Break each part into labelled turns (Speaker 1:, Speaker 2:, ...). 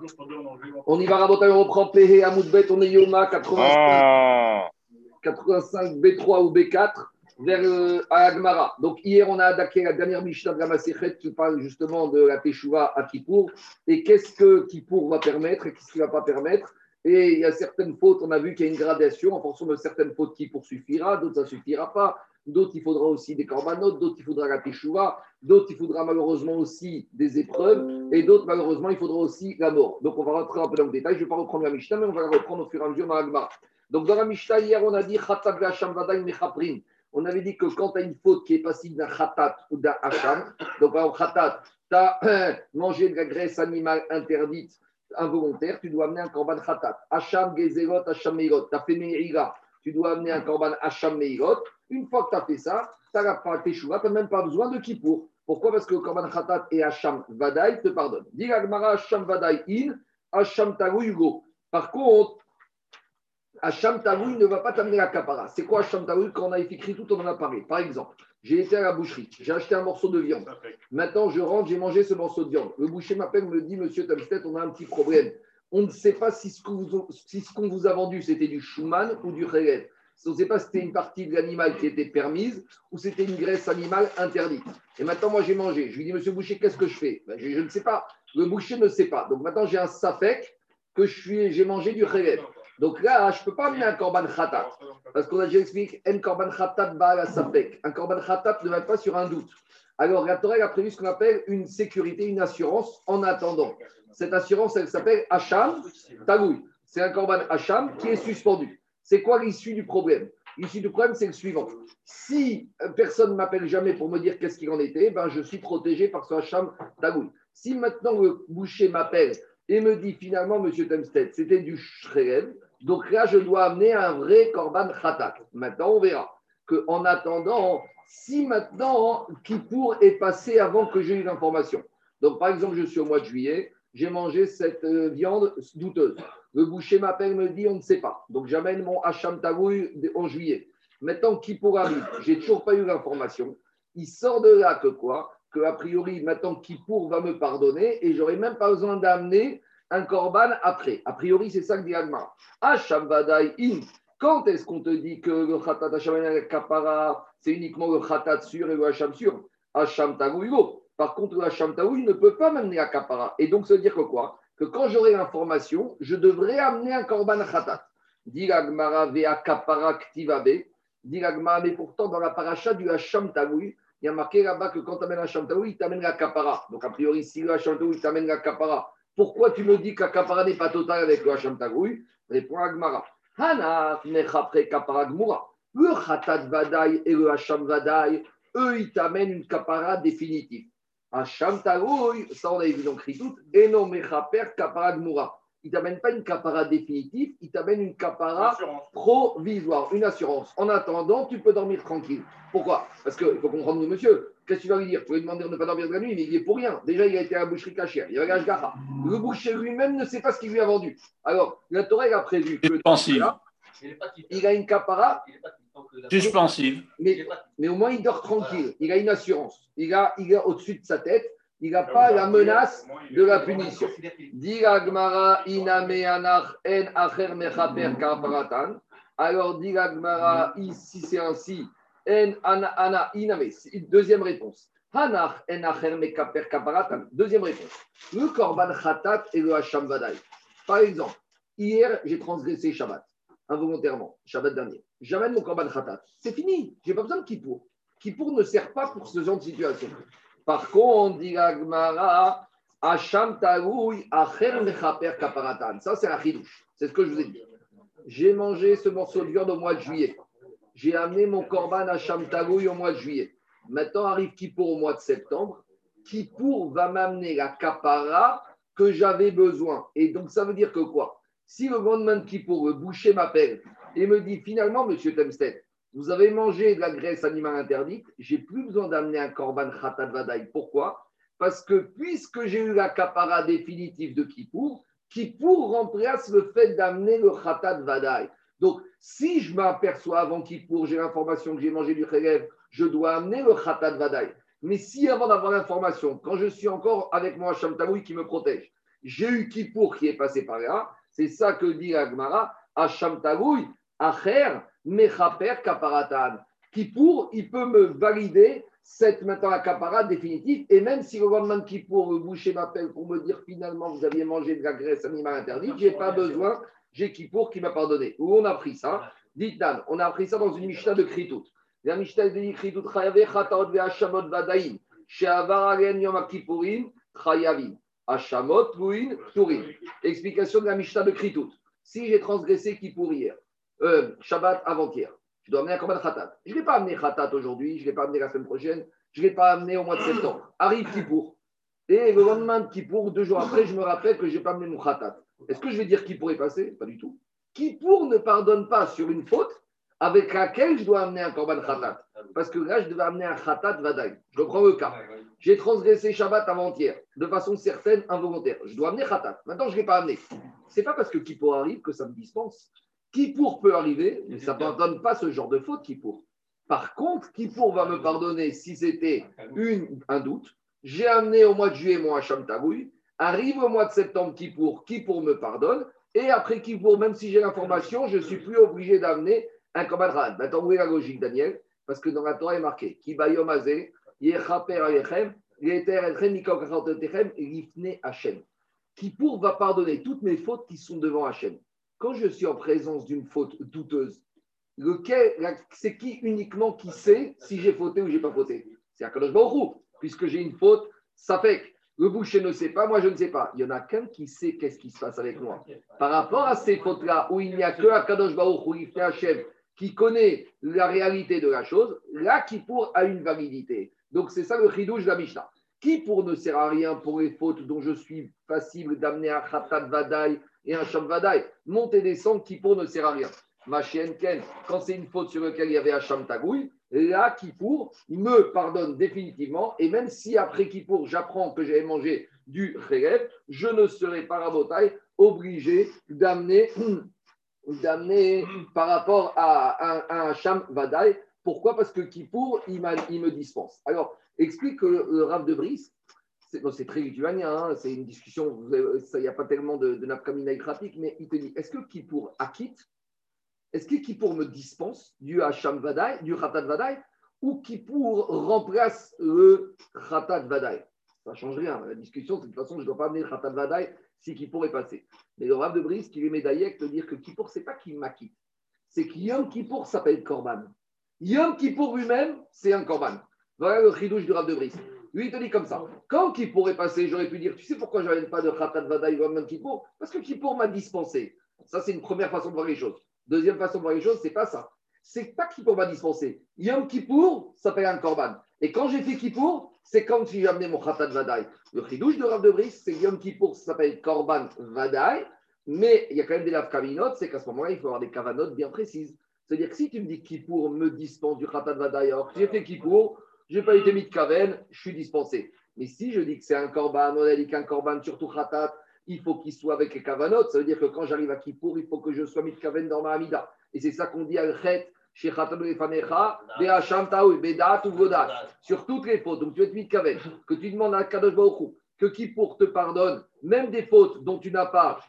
Speaker 1: On y va, Rabotai, on reprend Péhé, Amoudbet, on est Yoma 85 B3 ou B4 vers à Agmara. Donc hier, on a attaqué la dernière Mishnah de la Masechet qui parle justement de la Teshuvah à Kippour et qu'est-ce que Kippour va permettre et qu'est-ce qu'il ne va pas permettre. Et il y a certaines fautes, on a vu qu'il y a une gradation en fonction de certaines fautes qui suffira, d'autres ça ne suffira pas, d'autres il faudra aussi des corbanotes, d'autres il faudra la teshuva, d'autres il faudra malheureusement aussi des épreuves, et d'autres malheureusement il faudra aussi la mort. Donc on va rentrer un peu dans le détail, je ne vais pas reprendre la Mishnah, mais on va la reprendre au fur et à mesure dans la Gemara. Donc dans la Mishnah, hier on a dit Khatat Hacham Vadaï Mechaprin. On avait dit que quand tu as une faute qui est passible d'un Khatat ou d'un Hacham, donc par exemple Khatat, tu as mangé de la graisse animale interdite, involontaire, tu dois amener un korban khatat. Hacham, Gezelot, Hacham, Meirot. Tu as fait Meira, tu dois amener un korban Hacham, Meirot. Une fois que tu as fait ça, tu n'as pas Teshuvah, tu n'as même pas besoin de Kippour. Pourquoi? Parce que le korban khatat et Hacham Vadaï te pardonnent. Dis Agmara Hacham Vadaï in, Hacham Taru Hugo. Par contre, Hacham Taroui ne va pas t'amener la capara. C'est quoi Hacham Taroui? Quand on a écrit tout, on en a parlé. Par exemple, j'ai été à la boucherie, j'ai acheté un morceau de viande. Maintenant, je rentre, j'ai mangé ce morceau de viande. Le boucher m'appelle, me dit, Monsieur Tamstet, on a un petit problème. On ne sait pas si ce qu'on vous a vendu, c'était du Schumann ou du Khelet. On ne sait pas si c'était une partie de l'animal qui était permise ou c'était une graisse animale interdite. Et maintenant, moi, j'ai mangé. Je lui dis, Monsieur Boucher, qu'est-ce que je fais? Je ne sais pas. Le boucher ne sait pas. Donc maintenant, j'ai un safek que j'ai mangé du Khelet. Donc là, je ne peux pas amener un korban khatat. Parce qu'on a déjà expliqué, un korban khatat ba'al safek. Un korban khatat ne va pas sur un doute. Alors, la Torah a prévu ce qu'on appelle une sécurité, une assurance en attendant. Cette assurance, elle s'appelle Hacham Tagoui. C'est un korban Hacham qui est suspendu. C'est quoi l'issue du problème? L'issue du problème, c'est le suivant. Si personne ne m'appelle jamais pour me dire qu'est-ce qu'il en était, ben je suis protégé par ce Hacham Tagoui. Si maintenant le boucher m'appelle et me dit finalement, Monsieur Temstead, c'était du Shrelem, donc là, je dois amener un vrai korban khatat. Maintenant, on verra qu'en attendant, si maintenant Kippour est passé avant que j'ai eu l'information. Donc, par exemple, je suis au mois de juillet, j'ai mangé cette viande douteuse. Le boucher m'appelle, me dit, on ne sait pas. Donc, j'amène mon Hacham Tagoui en juillet. Maintenant, Kippour arrive, j'ai toujours pas eu l'information. Il sort de là que quoi? Que a priori, maintenant, Kippour va me pardonner et j'aurai même pas besoin d'amener un korban après. A priori, c'est ça que dit Agmara. Hacham Vadaï in. Quand est-ce qu'on te dit que le khatat Hacham kapara, c'est uniquement le khatat sûr et le Hacham sûr? Hacham Tagoui. Par contre, le Hacham Tagoui ne peut pas m'amener à kapara. Et donc, ça veut dire que quoi? Que quand j'aurai l'information, je devrais amener un korban khatat. Dit Agmara vea kapara ktivabe. Dit Agmara, mais pourtant, dans la paracha du Hacham Tagoui, il y a marqué là-bas que quand tu amènes un Hacham Tagoui, il t'amène la kapara. Donc, a priori, si le Hacham Tagoui t'amène la kapara, pourquoi tu me dis que la kapara n'est pas totale avec le Hacham Tagoui? Répond Agmara. Hanaf nechapre kapara gmura. Le Khatat Vadaï et le Hacham Vadaï, eux, ils t'amènent une kapara définitive. Hacham Tagoui, ça on a vu dans Kritout, et non mechaper kapara gmura. Ils ne t'amènent pas une kapara définitive, ils t'amènent une kapara provisoire, une assurance. En attendant, tu peux dormir tranquille. Pourquoi? Parce qu'il faut comprendre, monsieur, qu'est-ce que tu vas lui dire? Tu vas lui demander de ne pas dormir de la nuit, mais il est pour rien. Déjà, il a été à la boucherie cachère, il y a la Ashgaha. Le boucher lui-même ne sait pas ce qu'il lui a vendu. Alors, la Torah a prévu que
Speaker 2: suspensive.
Speaker 1: Il a une capara.
Speaker 2: Suspensive.
Speaker 1: Mais au moins, il dort tranquille. Il a une assurance. Il a au-dessus de sa tête. Il n'a pas la menace de la punition. Alors, dit Gmara, ici c'est ainsi. Deuxième réponse. Deuxième réponse. Le korban khatat et le hacham vadaï. Par exemple, hier, j'ai transgressé Shabbat, involontairement, Shabbat dernier. J'amène mon korban khatat. C'est fini. Je n'ai pas besoin de Kippour. Kippour ne sert pas pour ce genre de situation. Par contre, dit la Gemara, Hacham Tagoui, Acher Mechaper Kaparatan. Ça, c'est un chidouche. C'est ce que je vous ai dit. J'ai mangé ce morceau de viande au mois de juillet. J'ai amené mon korban Hacham Tagoui au mois de juillet. Maintenant arrive Kippour au mois de septembre. Kippour va m'amener la kapara que j'avais besoin. Et donc, ça veut dire que quoi? Si le lendemain de Kippour, le boucher m'appelle et me dit finalement, monsieur Temstead, vous avez mangé de la graisse animale interdite, j'ai plus besoin d'amener un korban khatat vadaï. Pourquoi? Parce que puisque j'ai eu la kapara définitive de Kippour, Kippour remplace le fait d'amener le khatat vadaï. Donc, si je m'aperçois avant Kippour, j'ai l'information que j'ai mangé du khelev, je dois amener le khatat vadaï. Mais si avant d'avoir l'information, quand je suis encore avec mon Hacham Tagoui qui me protège, j'ai eu Kippour qui est passé par là. C'est ça que dit Agmara, Hacham Tagoui, Acher, Mechaper, Kaparatan. Kippour, il peut me valider cette maintenant la capara définitive. Et même si le lendemain de Kippour, le boucher m'appelle pour me dire finalement vous aviez mangé de la graisse animale interdite, je n'ai pas besoin, j'ai Kippour qui m'a pardonné. Où on a appris ça? Dites Dan, on a appris ça dans une Mishnah de Kritout. La Mishnah de Kritout, Chayavé, Chataot, Ve'ashamot, Vadaïn, She'avar Alen Yom Kippourim, Chayavim, Hashamot, Louin, Tourim. Explication de la Mishnah de Kritout. Si j'ai transgressé Kippour hier, Shabbat avant-hier, je dois amener un korban khatat. Je ne vais pas amener khatat aujourd'hui, je ne vais pas amener la semaine prochaine, je ne vais pas amener au mois de septembre. Arrive Kippour. Et le lendemain de Kippour, 2 jours après, je me rappelle que je n'ai pas amené mon khatat. Est-ce que je vais dire Kippour est passé? Pas du tout. Kippour ne pardonne pas sur une faute avec laquelle je dois amener un korban khatat. Parce que là, je devais amener un khatat vadaï. Je reprends le cas. J'ai transgressé Shabbat avant-hier, de façon certaine, involontaire. Je dois amener khatat. Maintenant, je ne l'ai pas amené. Ce n'est pas parce que Kippour arrive que ça me dispense. Kippour peut arriver, mais ça ne pardonne pas ce genre de faute, Kippour. Par contre, Kippour va me pardonner si c'était un doute. J'ai amené au mois de juillet mon Hacham Tagoui. Arrive au mois de septembre, Kippour me pardonne. Et après Kippour, même si j'ai l'information, je ne suis plus obligé d'amener un korban khatat. Maintenant, où est la logique, Daniel? Parce que dans la Torah, il est marqué Kibayom Azeh, Yechaper Alechem, Yeter Elchem, Mikok Achatotechem, Lifne Hachem. Kippour va pardonner toutes mes fautes qui sont devant Hachem. Quand je suis en présence d'une faute douteuse, c'est qui uniquement qui sait si j'ai fauté ou j'ai pas fauté? C'est Akadosh Baruch Hu, puisque j'ai une faute, ça fait que le boucher ne sait pas, moi je ne sais pas. Il y en a qu'un qui sait qu'est-ce qui se passe avec moi. Par rapport à ces fautes-là, où il n'y a que Akadosh Baruch Hu, Ifne Hashem, qui connaît la réalité de la chose, là, Kippour a une validité. Donc c'est ça le chidouche de la Mishnah. Kippour ne sert à rien pour les fautes dont je suis passible d'amener un khatat vadaï et un sham vadaï. Monter et descendre, Kippour ne sert à rien. Ma chienne Ken, quand c'est une faute sur laquelle il y avait un sham tagoui, là, Kippour me pardonne définitivement. Et même si après Kippour, j'apprends que j'avais mangé du khelev, je ne serai pas rabotaï obligé d'amener par rapport à un sham vadaï. Pourquoi? Parce que Kippour, il me dispense. Alors, explique que le Rav de Brice, c'est très lituanien, hein, c'est une discussion, il n'y a pas tellement de nafkamina pratique, mais il te dit, est-ce que Kippour acquitte? Est-ce que Kippour me dispense du Hacham Vadaï, du Khatat Vadaï, ou Kippour remplace le Khatat Vadaï? Ça ne change rien. La discussion, c'est de toute façon, je ne dois pas amener le Khatat Vadaï si Kippour est passé. Mais le Rav de Brice, qui est médaillé, te dire que Kippour, ce n'est pas qu'il m'acquitte, c'est que Yom Kippour s'appelle Korban. Yom Kippour lui-même, c'est un Korban. Voilà le chidouche du Rav de Brice. Lui, il te dit comme ça. Quand Kippour est passé, j'aurais pu dire, tu sais pourquoi je n'avais pas de Khatat Vadaï Yom Kippour? Parce que Kippour m'a dispensé. Ça, c'est une première façon de voir les choses. Deuxième façon de voir les choses, c'est pas ça. C'est pas Kippour m'a dispensé. Yom Kippour s'appelle un Korban. Et quand j'ai fait Kippour, c'est quand j'ai amené mon Khatat Vadaï. Le chidouche de Rav de Brice, c'est Yom Kippour, ça s'appelle Korban Vadaï. Mais il y a quand même des Kavinot, c'est qu'à ce moment-là, il faut avoir des Kavanot bien précises. C'est-à-dire que si tu me dis que Kippour me dispense du Khatat Vadaï, alors que j'ai fait Kippour, je n'ai pas été mis de Kaven, je suis dispensé. Mais si je dis que c'est un Korban, on a dit qu'un Korban, surtout Khatat, il faut qu'il soit avec les Kavanot. Ça veut dire que quand j'arrive à Kippour, il faut que je sois mis de Kaven dans ma Hamida. Et c'est ça qu'on dit à Chet, chez Khatanu et Fanecha, Be'acham Taoui, Be'dat ou Vodat, sur toutes les fautes. Donc tu es mis de Kaven, que tu demandes à Kadosh Baruch Hu, que Kippour te pardonne, même des fautes dont tu n'as pas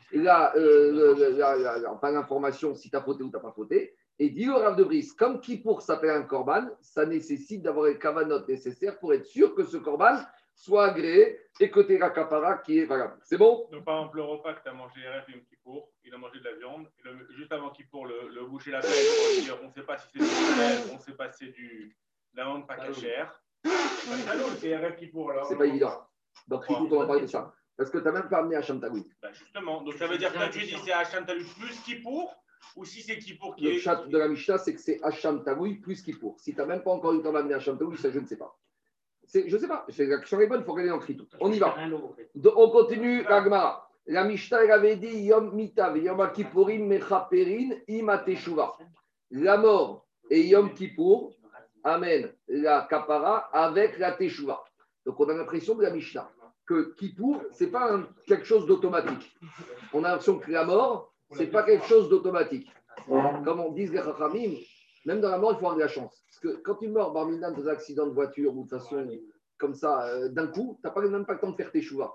Speaker 1: l'information si tu as fauté ou tu n'as pas fauté. Et dit le Rav de Brice, comme Kippour s'appelle un Korban, ça nécessite d'avoir les Kavanot nécessaires pour être sûr que ce Korban soit agréé et que tu aies la kapara qui est valable. C'est bon?
Speaker 3: Donc, par exemple, le repas que tu as mangé RF et Kippour, il a mangé de la viande. Et juste avant Kippour, le boucher l'appelle pour lui dire on ne sait pas si c'est du poulet, on ne sait pas si c'est de la viande pas cachère. C'est RF Kippour alors.
Speaker 1: C'est pas évident. Donc, Kippour, on va parler de ça. Parce que tu n'as même pas amené Hacham Tagoui.
Speaker 3: Justement. Donc, ça veut dire que tu dis c'est Hacham Tagoui plus Kippour ou si c'est Kippour qui
Speaker 1: est.
Speaker 3: Le
Speaker 1: chat de la Mishnah, c'est que c'est Hacham Tagoui plus Kippour. Si tu n'as même pas encore eu le temps d'amener Hacham Tagoui, ça, je ne sais pas. Je ne sais pas. La question est bonne, il faut regarder dans le Kritout. On y va. On continue la Gemara. La Mishnah, elle avait dit Yom Mitav, Yom Kippourim, Mechaperin, Ima Teshuva. La mort et Yom Kippour amènent la kapara avec la Teshuva. Donc, on a l'impression de la Mishnah que Kippour, ce n'est pas quelque chose d'automatique. On a l'impression que la mort, ce n'est pas quelque chose d'automatique. Comme on dit les Chachamim, même dans la mort, il faut avoir de la chance. Parce que quand tu meurs, Barminan, dans un accident de voiture ou de façon comme ça, d'un coup, tu n'as même pas le temps de faire tes chouvas.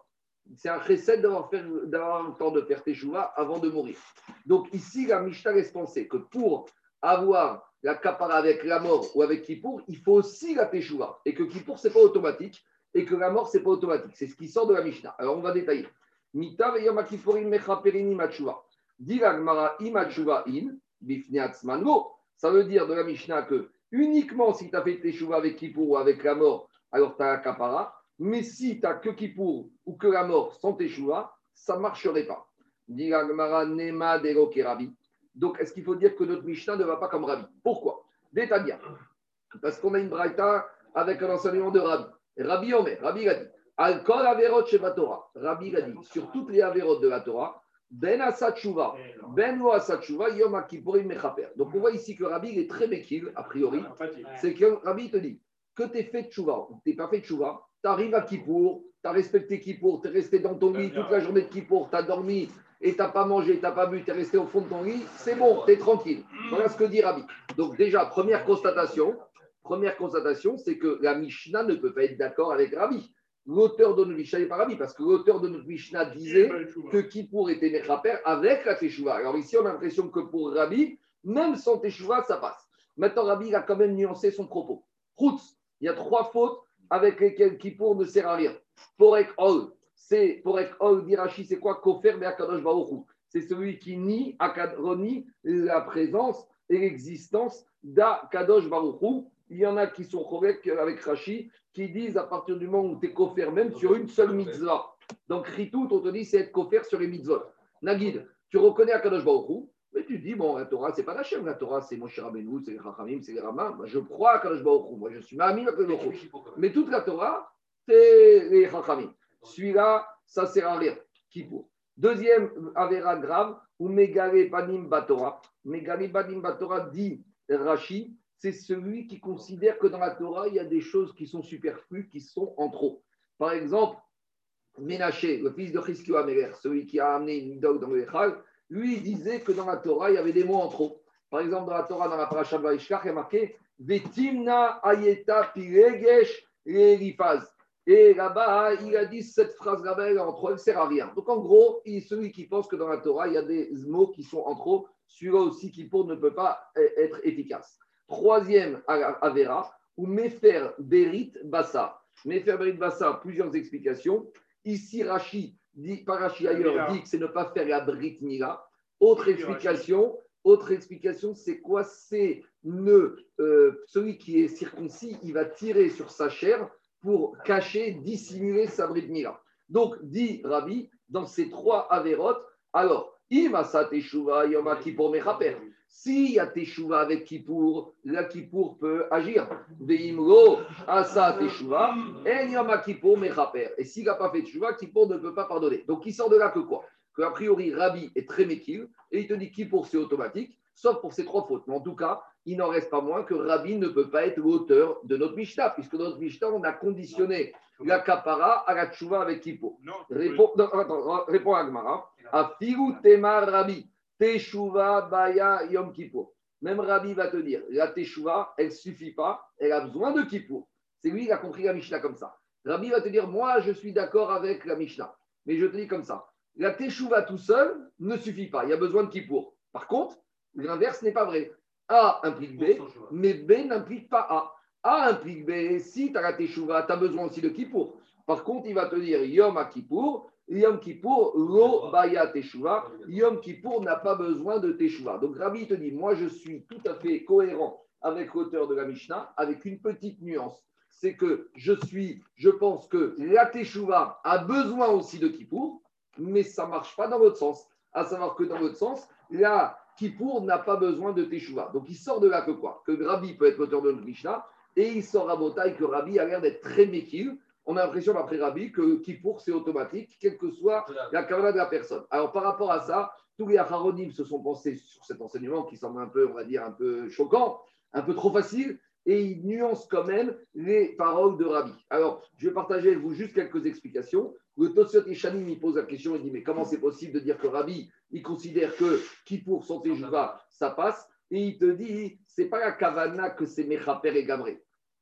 Speaker 1: C'est un chesed d'avoir le temps de faire teshuva avant de mourir. Donc ici, la Mishnah laisse penser que pour avoir la kapara avec la mort ou avec Kippour, il faut aussi la teshuva. Et que Kippour, ce n'est pas automatique. Et que la mort, ce n'est pas automatique. C'est ce qui sort de la Mishnah. Alors on va détailler. Mita veyom akipurim mechaperini matshuva. Dit la Gemara imatshuva in, bifni atzman lo. Ça veut dire de la Mishnah que uniquement si tu as fait teshuva avec Kippour ou avec la mort, alors tu as la kapara. Mais si tu n'as que Kippour ou que la mort sans teshuva, ça ne marcherait pas. Dit la Gemara nema dero kerabi. Donc, est-ce qu'il faut dire que notre Mishnah ne va pas comme Rabbi? Pourquoi? Détadia. Parce qu'on a une braïta avec un enseignement de Rabbi. Rabbi Omer, Rabbi l'a dit. Al-Kol Averot Sheba Torah. Rabbi l'a dit. Sur toutes les Averot de la Torah, Ben Asat Shuva, Ben Lo Asat Shuva, Yom Kippourim Mechaper. Donc, on voit ici que Rabbi est très méquille, a priori. C'est que Rabbi te dit que tu es fait de Shuva ou tu n'es pas fait de Shuva, tu arrives à Kippour, tu as respecté Kippour, tu es resté dans ton lit toute la journée de Kippour, tu as dormi et tu n'as pas mangé, tu n'as pas bu, tu es resté au fond de ton lit, c'est bon, tu es tranquille. Voilà ce que dit Rabbi. Donc déjà, première constatation, c'est que la Mishnah ne peut pas être d'accord avec Rabbi. L'auteur de notre Mishnah n'est pas Rabbi, parce que l'auteur de notre Mishnah disait que Kippour était Mechaper avec la Teshuvah. Alors ici, on a l'impression que pour Rabbi, même sans Teshuvah, ça passe. Maintenant, Rabbi a quand même nuancé son propos. Routz, il y a 3 fautes avec lesquelles Kippour ne sert à rien. Porek Ol. C'est Porek Ol d'Irachi, c'est quoi? Kofer Be'akadosh Baruch Hu. C'est celui qui nie la présence et l'existence d'Akadosh Baruch Hu. Il y en a qui sont corrects avec Rashi, qui disent à partir du moment où tu es kofer même sur une seule mitzvah. Donc Ritout, on te dit c'est être kofer sur les mitzvot. Nagid, tu reconnais Akadosh Baruch Hu, mais tu te dis bon, la Torah c'est pas la Shem, la Torah c'est Moshe Rabbeinu, c'est les Chachamim, c'est les Rama. Je crois à Akadosh Baruch Hu, moi je suis Ma'amim Akadosh Baruch Hu. Mais toute la Torah c'est les Chachamim. Celui-là, ça ne sert à rien. Kippour. Deuxième avéra grave, ou Megale Panim Batora. Megale Panim Batora dit Rashi, c'est celui qui considère que dans la Torah, il y a des choses qui sont superflues, qui sont en trop. Par exemple, Ménaché, le fils de Chizkiyahu Améler, celui qui a amené une idole dans le Echal, lui, il disait que dans la Torah, il y avait des mots en trop. Par exemple, dans la Torah, dans la Parashat Vayishkach, il y a marqué Vetimna Ayeta Piregesh Elifaz. Et là-bas, il a dit cette phrase là-bas, elle est en trop, elle ne sert à rien. Donc en gros, celui qui pense que dans la Torah, il y a des mots qui sont en trop, celui-là aussi qui pour ne peut pas être efficace. Troisième Avera, ou Mefer Berit Bassa. Mefer Berit Bassa, plusieurs explications. Ici, Rashi, pas Rashi ailleurs, dit que c'est ne pas faire la Brit Mila. Autre explication, c'est quoi? C'est celui qui est circoncis, il va tirer sur sa chair pour cacher, dissimuler sa Brit Mila. Donc, dit Rabbi, dans ces 3 avérotes, alors, Imasa Teshuva Yom Kippur Mechaper. S'il y a Teshuva avec Kippour, la Kippour peut agir. Veimlo Asa Teshuva, En Yom Kippur Mechaper. Et s'il n'a pas fait Teshuva, Kippour ne peut pas pardonner. Donc, il sort de là que quoi? Que a priori, Rabbi est très méquille et il te dit Kippour, c'est automatique, sauf pour ces 3 fautes. Mais en tout cas, il n'en reste pas moins que Rabbi ne peut pas être l'auteur de notre Mishnah, puisque dans notre Mishnah, on a conditionné la kapara à la tchouva avec Kippour. Réponds à Agmara. Afiru temar Rabbi, teshuva baya yom Kippour. Même Rabbi va te dire, la teshuva, elle ne suffit pas, elle a besoin de Kippour. C'est lui qui a compris la Mishnah comme ça. Rabbi va te dire, moi, je suis d'accord avec la Mishnah, mais je te dis comme ça. La teshuva tout seul ne suffit pas, il y a besoin de Kippour. Par contre, l'inverse n'est pas vrai. A implique B, mais B n'implique pas A. A implique B, si tu as la teshuva, tu as besoin aussi de Kippour. Par contre, il va te dire Yom à Kippour, Yom Kippour, lo baya teshuva, Yom Kippour n'a pas besoin de teshuva. Donc Rabbi te dit, moi je suis tout à fait cohérent avec l'auteur de la Mishnah, avec une petite nuance. C'est que je pense que la teshuva a besoin aussi de Kippour, mais ça ne marche pas dans votre sens. À savoir que dans votre sens, la Kippour n'a pas besoin de teshuva. Donc il sort de là que quoi? Que Rabbi peut être l'auteur de notre Mishnah, et il sort à Botaï que Rabbi a l'air d'être très méquille. On a l'impression d'après Rabbi que Kippour c'est automatique, quelle que soit la kavala de la personne. Alors par rapport à ça, tous les Acharonim se sont pensés sur cet enseignement qui semble un peu, on va dire, un peu choquant, un peu trop facile, et ils nuancent quand même les paroles de Rabbi. Alors je vais partager avec vous juste quelques explications. Le Tosfot Yeshanim, il pose la question, il dit mais comment c'est possible de dire que Rabbi, il considère que Kippour sans teshuva, ça passe, et il te dit, c'est pas la kavana que c'est Mechaper et Gamré.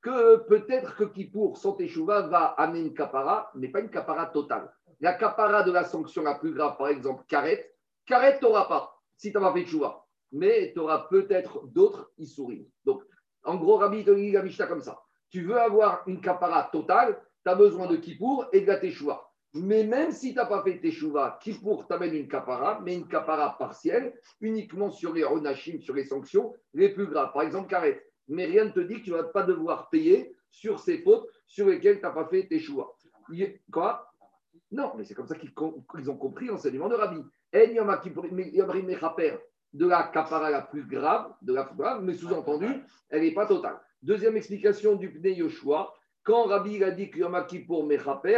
Speaker 1: que peut-être que Kippour, sans Teshuvah, va amener une kapara, mais pas une kapara totale. La kapara de la sanction la plus grave, par exemple, karet, tu n'auras pas si tu n'as pas fait Teshuvah. Mais tu auras peut-être d'autres Issourim. Donc, en gros, Rabbi te dit la Mishnah comme ça. Tu veux avoir une kapara totale, tu as besoin de Kippour et de la Teshuvah. Mais même si tu n'as pas fait Teshuvah, Kippour t'amène une kapara, mais une kapara partielle, uniquement sur les onashim, sur les sanctions les plus graves. Par exemple, karet. Mais rien ne te dit que tu ne vas pas devoir payer sur ces fautes sur lesquelles tu n'as pas fait Teshuvah. Quoi? Non, mais c'est comme ça qu'ils ont compris l'enseignement de Rabbi. De la kapara la plus grave, mais sous-entendu, elle n'est pas totale. Deuxième explication du Pnei Yoshua, quand Rabbi a dit que Yom Kippour Mechaper,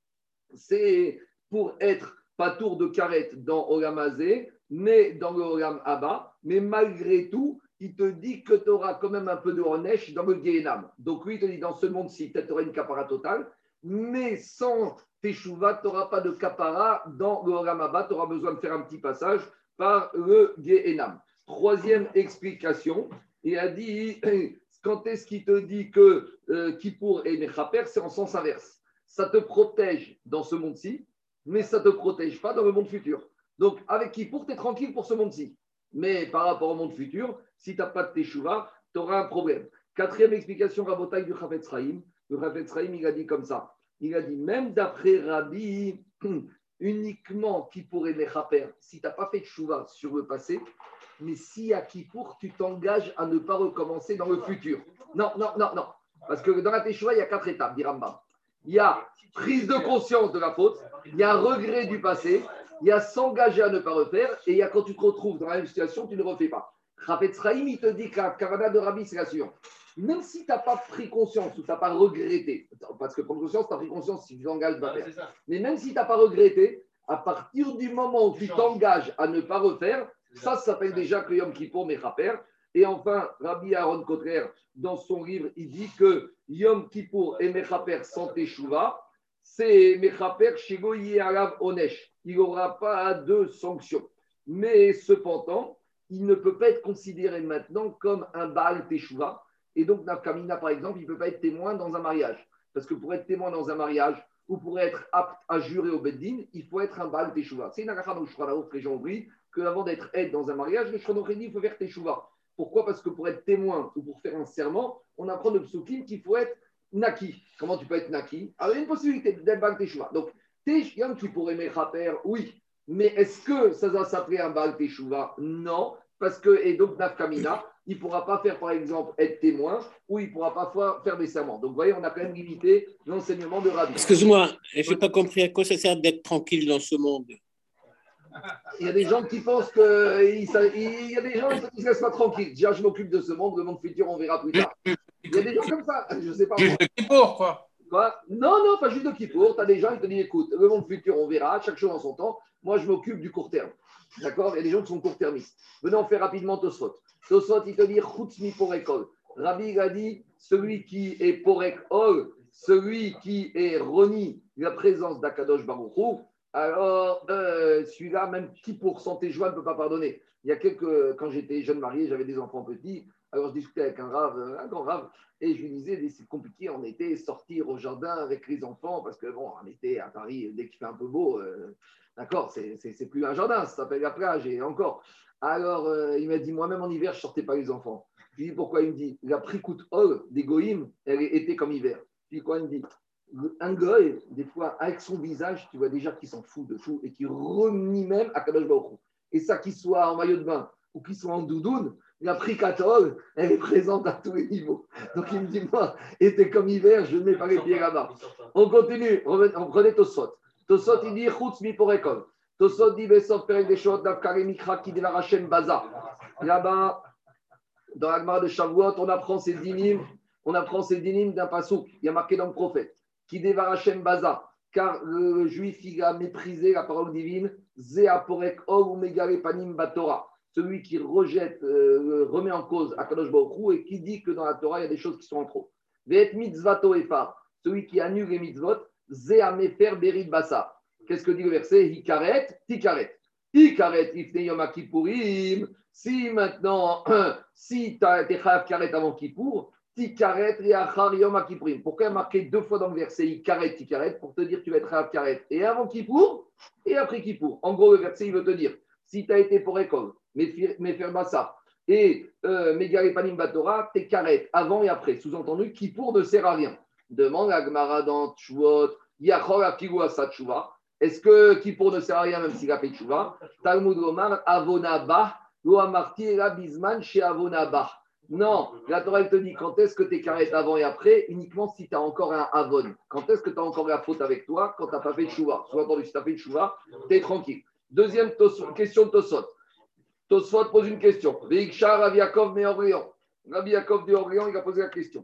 Speaker 1: c'est pour être patour de karet dans Olam Hazé, mais dans le Olam Abba, mais malgré tout, il te dit que tu auras quand même un peu de Honesh dans le Gehenam. Donc lui, il te dit dans ce monde-ci, peut-être tu auras une kapara totale, mais sans Teshuvah, tu n'auras pas de kapara dans le Olam Abba, tu auras besoin de faire un petit passage par le Gehenam. Troisième explication, il a dit, quand est-ce qu'il te dit que Kippour et Mechaper, c'est en sens inverse. Ça te protège dans ce monde-ci, mais ça ne te protège pas dans le monde futur. Donc, avec Kippour, tu es tranquille pour ce monde-ci. Mais par rapport au monde futur, si tu n'as pas de Teshuvah, tu auras un problème. Quatrième explication, Rabotai du Chafetz Chaim. Le Chafetz Chaim, il a dit comme ça. Il a dit, même d'après Rabbi, uniquement Kippour et Mechaper, si tu n'as pas fait de Teshuvah sur le passé, mais si à Kippour, tu t'engages à ne pas recommencer dans le futur. Non. Parce que dans la Teshuvah, il y a 4 étapes, dit Rambam. Il y a prise de conscience de la faute, il y a regret du passé, il y a s'engager à ne pas refaire, et il y a quand tu te retrouves dans la même situation, tu ne refais pas. Chafetz Chaim, il te dit que la kavana de Rabbi, c'est la suivante. Même si tu n'as pas pris conscience ou tu n'as pas regretté, parce que prendre conscience, tu as pris conscience si tu t'engages à faire. Mais même si tu n'as pas regretté, à partir du moment où tu t'engages à ne pas refaire, ça s'appelle déjà que Yom Kippour Mechaper. Et enfin, Rabbi Aaron Kotler, dans son livre, il dit que Yom Kippour et Mechaper sans Teshuvah, c'est Mechaper Shego Yeharav Onesh. Il n'aura pas de sanction. Mais cependant, il ne peut pas être considéré maintenant comme un Baal Teshuvah. Et donc, Nafkamina, par exemple, il ne peut pas être témoin dans un mariage. Parce que pour être témoin dans un mariage, ou pour être apte à jurer au Beddin, il faut être un Baal Teshuvah. C'est une agacha dans le Shulchan Aruch que les gens oublient, qu'avant d'être aide dans un mariage, le Shulchan Aruch dit qu'il faut faire Teshuvah. Pourquoi? Parce que pour être témoin ou pour faire un serment, on apprend de Psukim qu'il faut être Naki. Comment tu peux être Naki? Alors, il y a une possibilité d'être Baal Teshuvah. Donc, Yom Kippour et Mechaper, oui. Mais est-ce que ça va s'appeler un Baal Teshuvah? Non. Parce que, et donc, Nafkamina, il ne pourra pas faire, par exemple, être témoin ou il ne pourra pas faire des serments. Donc, vous voyez, on a quand même limité l'enseignement de Rabbi.
Speaker 4: Excuse-moi, je n'ai pas compris à quoi ça sert d'être tranquille dans ce monde.
Speaker 1: Il y a des gens qui pensent que. Il y a des gens qui ne se laissent pas tranquilles. Déjà, je m'occupe de ce monde, le monde futur, on verra plus tard. Il y a des gens comme ça, je ne sais pas.
Speaker 2: Juste de Kippour, quoi.
Speaker 1: Non, pas juste de Kippour. Tu as des gens qui te disent écoute, le monde futur, on verra, chaque chose en son temps. Moi, je m'occupe du court terme. D'accord? Il y a des gens qui sont court-termistes. Venons, on fait rapidement Tosfot. Tosfot, il te dit Choutzmi Porekol. Rabbi a dit celui qui est Porekol, celui qui est reni la présence d'Akadosh Baruch Hu, alors celui-là, même qui pour santé joie ne peut pas pardonner. Il y a quand j'étais jeune marié, j'avais des enfants petits. Alors, je discutais avec un grand rave, et je lui disais, c'est compliqué en été, sortir au jardin avec les enfants, parce que, bon, en été, à Paris, dès qu'il fait un peu beau, d'accord, c'est plus un jardin, ça s'appelle la plage, et encore. Alors, il m'a dit, moi-même en hiver, je ne sortais pas les enfants. Je lui dis, pourquoi? Il me dit, la prikout hol des goïms, elle est été comme hiver. Je lui dis, quoi? Il me dit, un goy, des fois, avec son visage, tu vois déjà qu'il s'en fout de tout, et qu'il renie même à Kadosh Baruch Hu. Et ça, qu'il soit en maillot de bain, ou qu'il soit en doudoune, la prikatol, elle est présente à tous les niveaux. Donc il me dit, moi, été comme hiver, je ne mets pas les pieds là-bas. On continue, on prenait Tosot. Tosot, il dit, Chutz mi porekol. Tosot dit, Besov perek des shot, d'Avkare mikra, qui dévar Hashem baza. Là-bas, dans l'Agmara de Shavuot, on apprend ces dynimes d'un pasouk. Il y a marqué dans le prophète, qui dévar Hashem baza. Car le juif, il a méprisé la parole divine, Zéa porek or ou megare panim batora. Celui qui rejette, remet en cause Akadosh Baruch Hu et qui dit que dans la Torah, il y a des choses qui sont en trop. Ve'et mitzvato efar, celui qui annule les mitzvot, Zéa mefer berit basa. Qu'est-ce que dit le verset? Hikaret, tikaret. Hikaret, ifne yom kippurim. Si maintenant, si tu as été chayav karet avant Kippour, Tikaret et Achar Yom HaKippurim. Pourquoi il y a marqué 2 fois dans le verset Ikaret, Tikaret pour te dire que tu vas être à Karet et avant Kippour et après Kippour. En gros, le verset, il veut te dire si tu as été pour école, Mefer Bassa et Megare Panim Batora, t'es Karet avant et après. Sous-entendu, Kippour ne sert à rien. Demande à Gemara dans Tchouot, Yachor Afigu Asa Tchouva. Est-ce que Kippour ne sert à rien même s'il a fait Tchouva? Talmud Omar, Avonaba, Lo Amarti La Bisman chez Avonaba. Non, la Torah te dit quand est-ce que tu es carré avant et après, uniquement si tu as encore un avon. Quand est-ce que tu as encore la faute avec toi quand tu n'as pas fait de chouva. Soit entendu, si tu as fait de chouva, tu es tranquille. Deuxième question de Tosfot. Tosfot pose une question. Veikshar Rav Yaakov de Orléans. Rav Yaakov de Orléans, il a posé la question.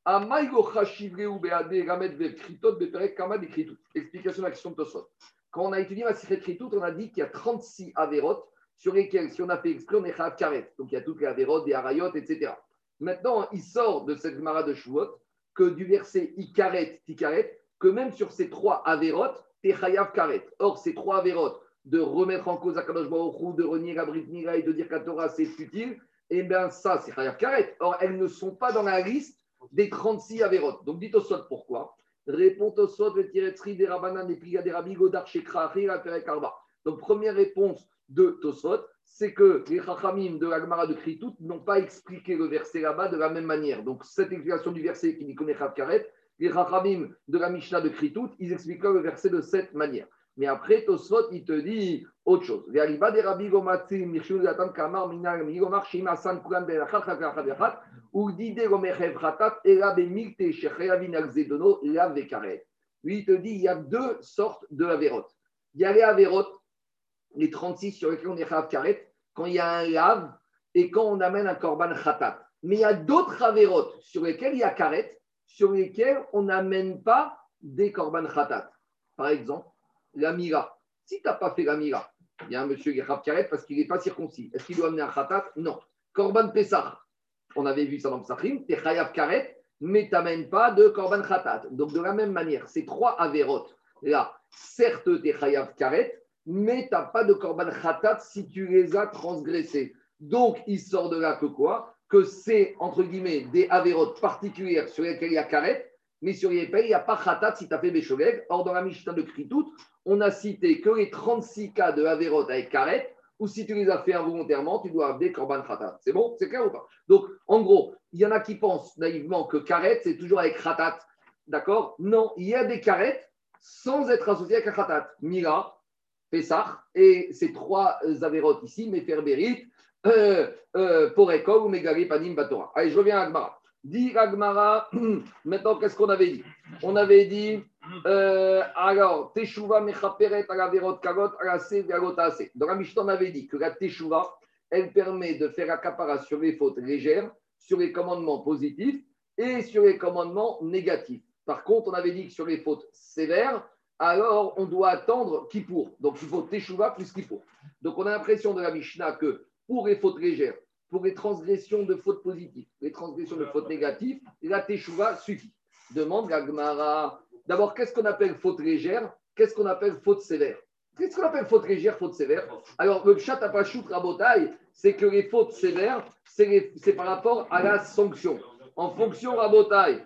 Speaker 1: Explication de la question de Tosfot. Quand on a étudié la Sifret Kritout, on a dit qu'il y a 36 avérotes sur lesquels, si on a fait exprès, on est chayav karet. Donc, il y a toutes les avérotes, des harayot, etc. Maintenant, il sort de cette Gemara de Shavuot que du verset ikaret, tikaret, que même sur ces 3 avérotes, tu es chayav karet. Or, ces 3 avérotes, de remettre en cause Akadosh Baruch Hu, de renier la Brit Mila et de dire qu'à Torah, c'est futile, eh bien, ça, c'est chayav karet. Or, elles ne sont pas dans la liste des 36 avérotes. Donc, dites au Sot pourquoi. Répond au Sot, le tiretri des Rabanan, des Pliga des Rabbi Godar, Shekra, Achir, Perek Arba. Donc, première réponse de Tosfot, c'est que les Chachamim de la Gemara de Kritout n'ont pas expliqué le verset là-bas de la même manière. Donc, cette explication du verset qui dit qu'on est Chav Karet, les Chachamim de la Mishnah de Kritout, ils expliquent le verset de cette manière. Mais après, Tosfot, il te dit autre chose. Lui, il te dit il y a 2 sortes de Averot. Il y a les Averot, les 36 sur lesquels on est chayav karet, quand il y a un lave et quand on amène un korban khatat. Mais il y a d'autres avérotes sur lesquels il y a karet, sur lesquels on n'amène pas des korban khatat. Par exemple, la mira. Si tu n'as pas fait la mira, il y a un monsieur qui est chayav karet parce qu'il n'est pas circoncis. Est-ce qu'il doit amener un khatat? Non. Korban pesach. On avait vu ça dans Pesachim. Tu es chayav karet, mais tu n'amènes pas de korban khatat. Donc de la même manière, ces 3 avérotes là, certes, tu es chayav karet, mais tu n'as pas de korban khatat si tu les as transgressés. Donc, il sort de là que quoi? Que c'est, entre guillemets, des avérotes particulières sur lesquelles il y a karet, mais sur lesquelles il n'y a pas khatat si tu as fait bécholeg. Or, dans la Mishnah de Kritout, on a cité que les 36 cas de avérotes avec karet, ou si tu les as fait involontairement, tu dois avoir des korban khatat. C'est bon? C'est clair ou pas? Donc, en gros, il y en a qui pensent naïvement que karet, c'est toujours avec khatat. D'accord? Non, il y a des karet sans être associés avec un khatat. Mira, Pessah, et ces 3 avérotes ici, Mefer Berit, Porekov ou Megari Panim Batora. Allez, je reviens à Agmara. Dit Agmara, maintenant qu'est-ce qu'on avait dit? On avait dit, alors, Teshuva Mechaperet à l'Averot Kagot, à la C, Verotase. Dans la Mishnah, on avait dit que la Teshuva, elle permet de faire accaparat sur les fautes légères, sur les commandements positifs et sur les commandements négatifs. Par contre, on avait dit que sur les fautes sévères, alors on doit attendre Kippour. Donc il faut Teshuva plus Kippour. Donc on a l'impression de la Mishnah que pour les fautes légères, pour les transgressions de fautes positives, les transgressions de fautes négatives, la Teshuva suffit. Demande la Gemara. D'abord, qu'est-ce qu'on appelle faute légère? Qu'est-ce qu'on appelle faute sévère? Qu'est-ce qu'on appelle faute légère, faute sévère? Alors le Pshat Apashut Rabotai, c'est que les fautes sévères, c'est par rapport à la sanction. En fonction Rabotai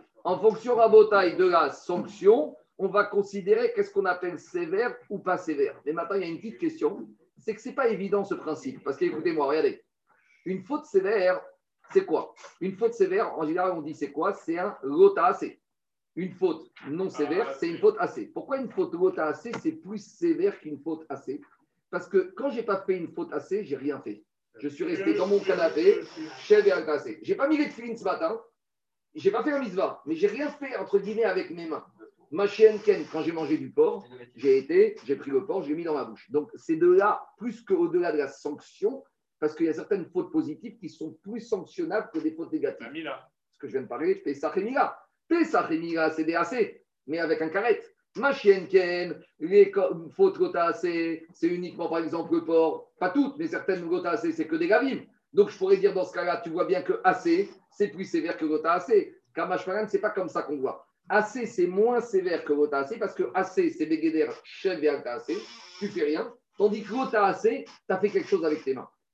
Speaker 1: de la sanction, on va considérer qu'est-ce qu'on appelle sévère ou pas sévère. Mais maintenant, il y a une petite question, c'est que ce n'est pas évident ce principe. Parce qu'écoutez-moi, regardez, une faute sévère, c'est quoi? Une faute sévère, en général, on dit c'est quoi? C'est un lota assez. Une faute non sévère, c'est une faute assez. Pourquoi une faute lota assez, c'est plus sévère qu'une faute assez? Parce que quand je n'ai pas fait une faute assez, je n'ai rien fait. Je suis resté dans mon canapé, chef et assez. Je n'ai pas mis les tefilines ce matin, je n'ai pas fait la mitzvah, mais je n'ai rien fait, entre guillemets, avec mes mains. Ma chienne Ken, quand j'ai mangé du porc, j'ai pris le porc, je l'ai mis dans ma bouche. Donc, c'est de là, plus qu'au-delà de la sanction, parce qu'il y a certaines fautes positives qui sont plus sanctionnables que des fautes négatives. Ce que je viens de parler, Pesach et Mila. Pesach et Mila, c'est des AC, mais avec un carré. Ma chienne Ken, les fautes Lota AC, c'est uniquement, par exemple, le porc. Pas toutes, mais certaines Lota AC, c'est que des gavim. Donc, je pourrais dire dans ce cas-là, tu vois bien que AC, c'est plus sévère que Lota AC. Kamashmaran, ce n'est pas comme ça qu'on voit. AC, c'est moins sévère que Lota AC parce que AC, c'est Begeder, Chef et Alta AC, tu fais rien. Tandis que Lota AC, tu as fait quelque chose avec tes mains.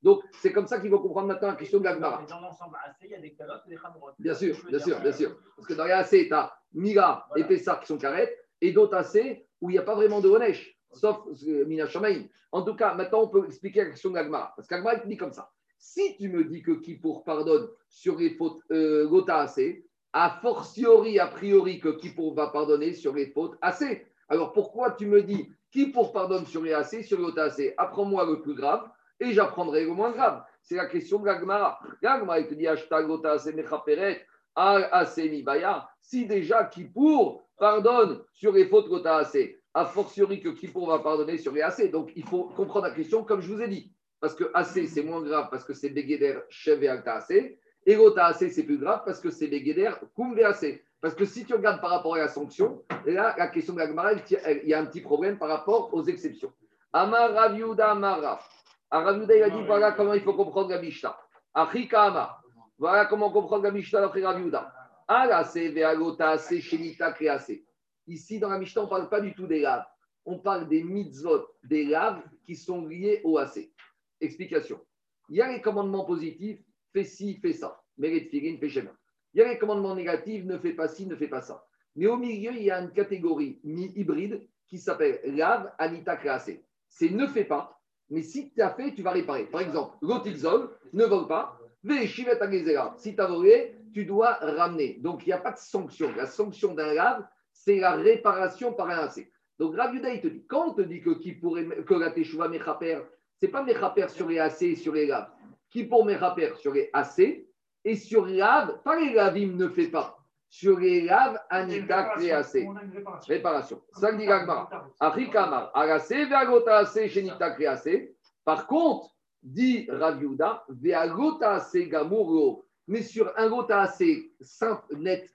Speaker 1: Donc, c'est comme ça qu'il faut comprendre maintenant la question de l'Agmara.
Speaker 5: Dans l'ensemble assez, il y a des calottes et des khamrot.
Speaker 1: Bien sûr. Parce que dans les assez, tu as Mira et Pessah qui sont carrettes, et d'autres assez où il n'y a pas vraiment de Honesh, sauf Mina Shamaïm. En tout cas, maintenant, on peut expliquer la question de l'Agmara. Parce qu'Agmara, il te dit comme ça. Si tu me dis que Kippour pardonne sur les fautes Gota assez, a fortiori, a priori, que Kippour va pardonner sur les fautes assez. Alors pourquoi tu me dis Kippour pardonne sur les assez, sur les Gota assez? Apprends-moi le plus grave et j'apprendrai le moins grave. C'est la question de l'Agmara. L'Agmara, il te dit hashtag Gota assez mechaperet, assez mibaya. Si déjà Kippour pardonne sur les fautes Gota assez, a fortiori que Kippour va pardonner sur les assez. Donc il faut comprendre la question comme je vous ai dit. Parce que AC, c'est moins grave parce que c'est Begeder, Chev et Alta AC. Et Gota AC, c'est plus grave parce que c'est Begeder, Koum AC. Parce que si tu regardes par rapport à la sanction, là, la question de la Gemara, il y a un petit problème par rapport aux exceptions. Amar Rav Yehuda Amar Rav. Rav Yehuda, il a dit voilà comment il faut comprendre la Mishnah. Achika Amar. Voilà comment comprendre la Mishnah d'après Rav Yehuda. Ala C, Veagota AC, Shenita Krease. Ici, dans la Mishnah, on ne parle pas du tout des laves. On parle des mitzvot, des laves qui sont liés au AC. Explication. Il y a les commandements positifs, fais ci, fais ça. Mérite filine, fais schéma. Il y a les commandements négatifs, ne fais pas ci, ne fais pas ça. Mais au milieu, il y a une catégorie mi-hybride qui s'appelle lave anita krease. C'est ne fais pas, mais si tu as fait, tu vas réparer. Par exemple, l'otilzol, ne vole pas. Shivet agezera. Si tu as volé, tu dois ramener. Donc, il n'y a pas de sanction. La sanction d'un lave, c'est la réparation par un AC. Donc, Rav Yehuda, il te dit, quand on te dit que la teshuva mechaper, ce n'est pas Mechaper sur les AC et sur les laves. Qui pour Mechaper sur les AC et sur les laves, pas les lavim ne fait pas. Sur les laves, Anita Créacé. Réparation. Ça dit l'Agmara. Achikamar. Aracé, Veagota AC, Shenita Créacé. Par contre, dit Rav Yehuda, Veagota AC Gamuro. Mais sur un Gota AC simple, net,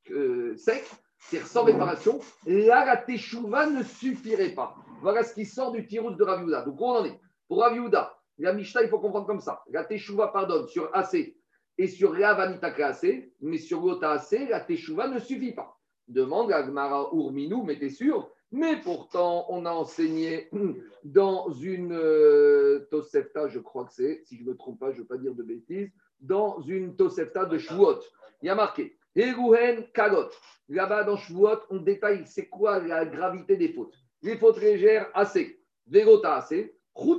Speaker 1: sec, c'est-à-dire sans réparation, là, la Teshuvah ne suffirait pas. Voilà ce qui sort du tirous de Rav Yehuda. Donc, où on en est? Pour Rav Yehuda, la Mishnah, il faut comprendre comme ça. La Teshuvah pardonne sur AC et sur Rav Anita AC, mais sur Gota AC, la Teshuvah ne suffit pas. Demande à Gmara Urminou, mais t'es sûr? Mais pourtant, on a enseigné dans une Tosefta, je crois que c'est, si je ne me trompe pas, je ne veux pas dire de bêtises, dans une Tosefta de Shavuot. Il y a marqué Heruhen Kagot. Là-bas, dans Shavuot, on détaille c'est quoi la gravité des fautes. Les fautes légères, AC. Vegota AC.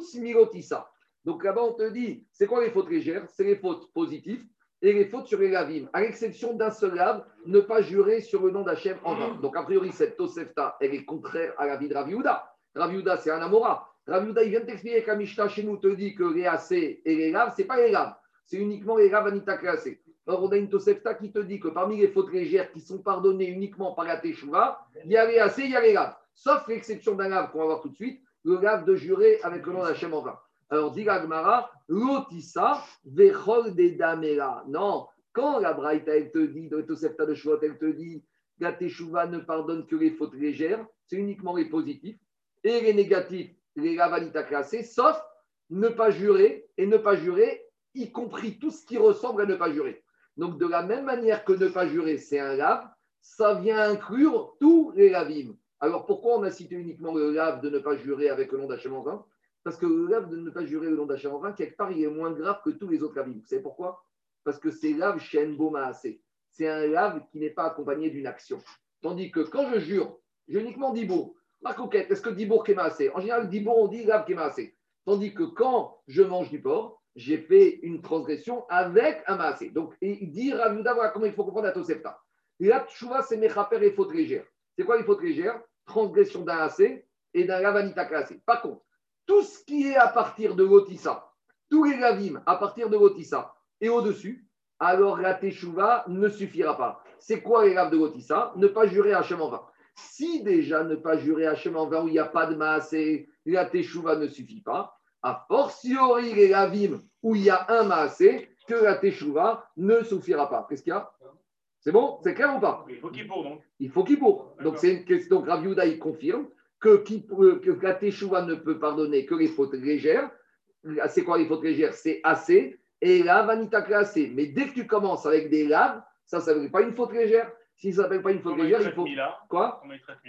Speaker 1: Donc là-bas, on te dit, c'est quoi les fautes légères? C'est les fautes positives et les fautes sur les lavim. À l'exception d'un seul lave, ne pas jurer sur le nom d'Hachem en vain. Donc a priori, cette Tosefta, elle est contraire à la vie de Rav Yehuda. Rav Yehuda, c'est un Amora. Rav Yehuda, il vient de t'expliquer que la Mishnah chez nous te dit que les AC et les laves, ce n'est pas les laves. C'est uniquement les laves Anita Krease. Alors on a une Tosefta qui te dit que parmi les fautes légères qui sont pardonnées uniquement par la Teshuvah, il y a les AC, il y a les laves. Sauf l'exception d'un lave qu'on va voir tout de suite, le lave de jurer avec le nom d'Hachem en vain. Alors, dit la Gemara, l'otissa vechol de damera. Non, quand la Braïta, elle te dit, dans le Tosefta de Shavuot, elle te dit, la Teshuvah ne pardonne que les fautes légères, c'est uniquement les positifs, et les négatifs, les lavanitas classés, sauf ne pas jurer, et ne pas jurer, y compris tout ce qui ressemble à ne pas jurer. Donc, de la même manière que ne pas jurer, c'est un lave, ça vient inclure tous les lavim. Alors, pourquoi on a cité uniquement le lave de ne pas jurer avec le nom d'Hachem en vain? Parce que le lave de ne pas jurer le nom d'Hachem en vain, quelque part, il est moins grave que tous les autres lavim. Vous savez pourquoi? Parce que c'est lave shen boma assez. C'est un lave qui n'est pas accompagné d'une action. Tandis que quand je jure, j'ai uniquement dibour. Ma coquette, est-ce que dibour kéma assez? En général, dibour, on dit lave kéma assez. Tandis que quand je mange du porc, j'ai fait une transgression avec un maasé. Donc, il dit Rav Yehuda, voilà comment il faut comprendre la Tosefta. La tchouva, c'est mechaper et fautes légères. C'est quoi les fautes légères? Transgression d'un AC et d'un lavanita classé. Par contre, tout ce qui est à partir de l'otissa, tous les lavim à partir de l'otissa et au-dessus, alors la teshuva ne suffira pas. C'est quoi les laves de l'otissa? Ne pas jurer Hachem en vain. Si déjà ne pas jurer Hachem en vain où il n'y a pas de maasé, la teshuva ne suffit pas. A fortiori les lavim où il y a un maasé, que la teshuva ne suffira pas. Qu'est-ce qu'il y a? C'est bon? C'est clair ou pas?
Speaker 3: Il faut qu'il pour donc.
Speaker 1: Il faut qu'il pour. Donc, c'est une question. Donc Rav Yehuda, il confirme que la teshuva ne peut pardonner que les fautes légères. C'est quoi les fautes légères? C'est assez et la vanita classée. Mais dès que tu commences avec des laves, ça ne s'appelle pas une faute légère. Si ça ne s'appelle pas une faute légère, il faut.
Speaker 3: Mila.
Speaker 1: Quoi?
Speaker 3: On met 13 Mila.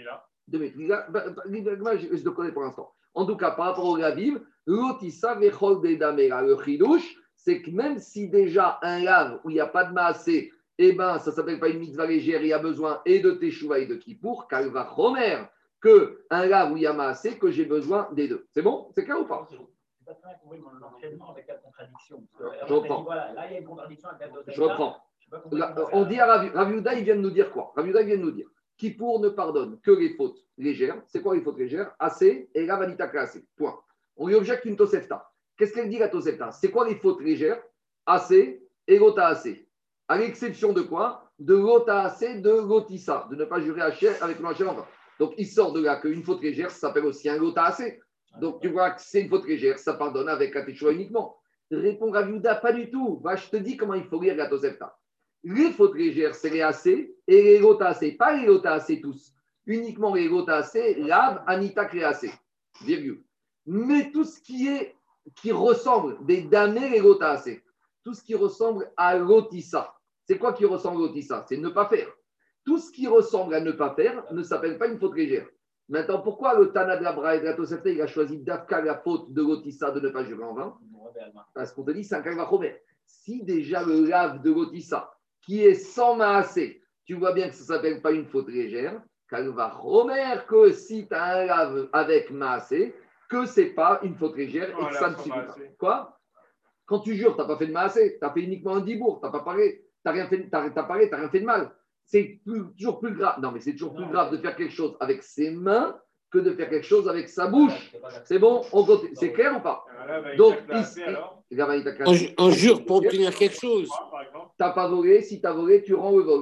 Speaker 1: Je le connais pour l'instant. En tout cas, par rapport au Ravim, l'otissa vechol de damera, le chidouche, c'est que même si déjà un lave où il n'y a pas de maasé, eh ben, ça ne s'appelle pas une mitzvah légère, il y a besoin et de teshuva et de kippour, kalva chomer, que un lave où il y a maasé, que j'ai besoin des deux. C'est bon? C'est clair ou pas?
Speaker 5: Je n'ai pas très bien compris mon enchaînement avec la contradiction.
Speaker 1: Je reprends.
Speaker 5: Voilà, là, il y a une contradiction avec la deuxième.
Speaker 1: Je reprends. On dit à Rav Yehuda, il vient de nous dire quoi? Rav Yehuda vient de nous dire Kippour ne pardonne que les fautes légères. C'est quoi les fautes légères? Assez et la vanita classée. Point. On lui objecte une Tosefta. Qu'est-ce qu'elle dit la Tosefta? C'est quoi les fautes légères? Assez et l'ota assez. À l'exception de quoi? De l'ota assez, de l'otissa, de ne pas jurer avec le Hachem en vain. Donc il sort de là qu'une faute légère, ça s'appelle aussi un lota assez. Donc tu vois que c'est une faute légère, ça pardonne avec la Teshuvah uniquement. Répond Rav Yehuda, pas du tout. Bah, je te dis comment il faut lire la Tosefta. Les fautes légères, c'est les assez et les lota assez. Pas les lota assez tous. Uniquement les lota assez, lave, anita, créacé. Virgule. Mais tout ce qui ressemble, des damés, les lota assez. Tout ce qui ressemble à l'otissa. C'est quoi qui ressemble à l'otissa? C'est ne pas faire. Tout ce qui ressemble à ne pas faire ne s'appelle pas une faute légère. Maintenant, pourquoi le Tana de la Braïa et de la Tosefta, il a choisi d'Afka la faute de l'otissa de ne pas jurer en vain? Parce qu'on te dit, c'est un kalva chomer. Si déjà le lave de l'otissa, qui est sans maasé, tu vois bien que ça ne s'appelle pas une faute légère, kalva chomer, que si tu as un lave avec maasé, que ce n'est pas une faute légère et que ça ne suffit pas. Quoi? Quand tu jures, tu n'as pas fait de maasé, tu as fait uniquement un dibour, tu n'as pas parlé, tu n'as rien fait de mal. C'est toujours plus grave. Non, mais c'est toujours plus grave de faire quelque chose avec ses mains que de faire quelque chose avec sa bouche. C'est bon? C'est clair ou pas? Donc, ici,
Speaker 4: on jure pour obtenir quelque chose.
Speaker 1: Tu n'as pas volé, si tu as volé, tu rends le vol.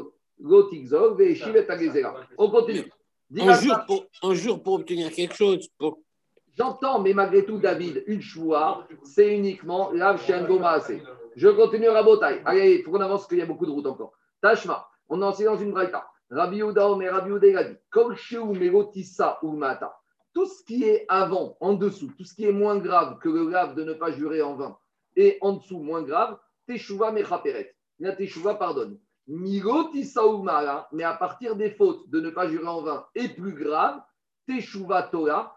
Speaker 1: On continue.
Speaker 4: On jure pour obtenir quelque chose.
Speaker 1: J'entends, mais malgré tout, David, une choua, c'est uniquement l'ave chez Maase. Je continue à Botaï. Allez, il faut qu'on avance parce qu'il y a beaucoup de routes encore. Tashma, on est enseigné dans une braïta. Rabbi Yehuda, mais Rabbi Yehuda, il a dit Kol sheu melotissa ou mata. Tout ce qui est avant, en dessous, tout ce qui est moins grave que le lave de ne pas jurer en vain, et en dessous, moins grave, teshuva mechaperet. La teshuva pardonne. Milotissa ou mala, mais à partir des fautes de ne pas jurer en vain, et plus grave, teshuva Torah.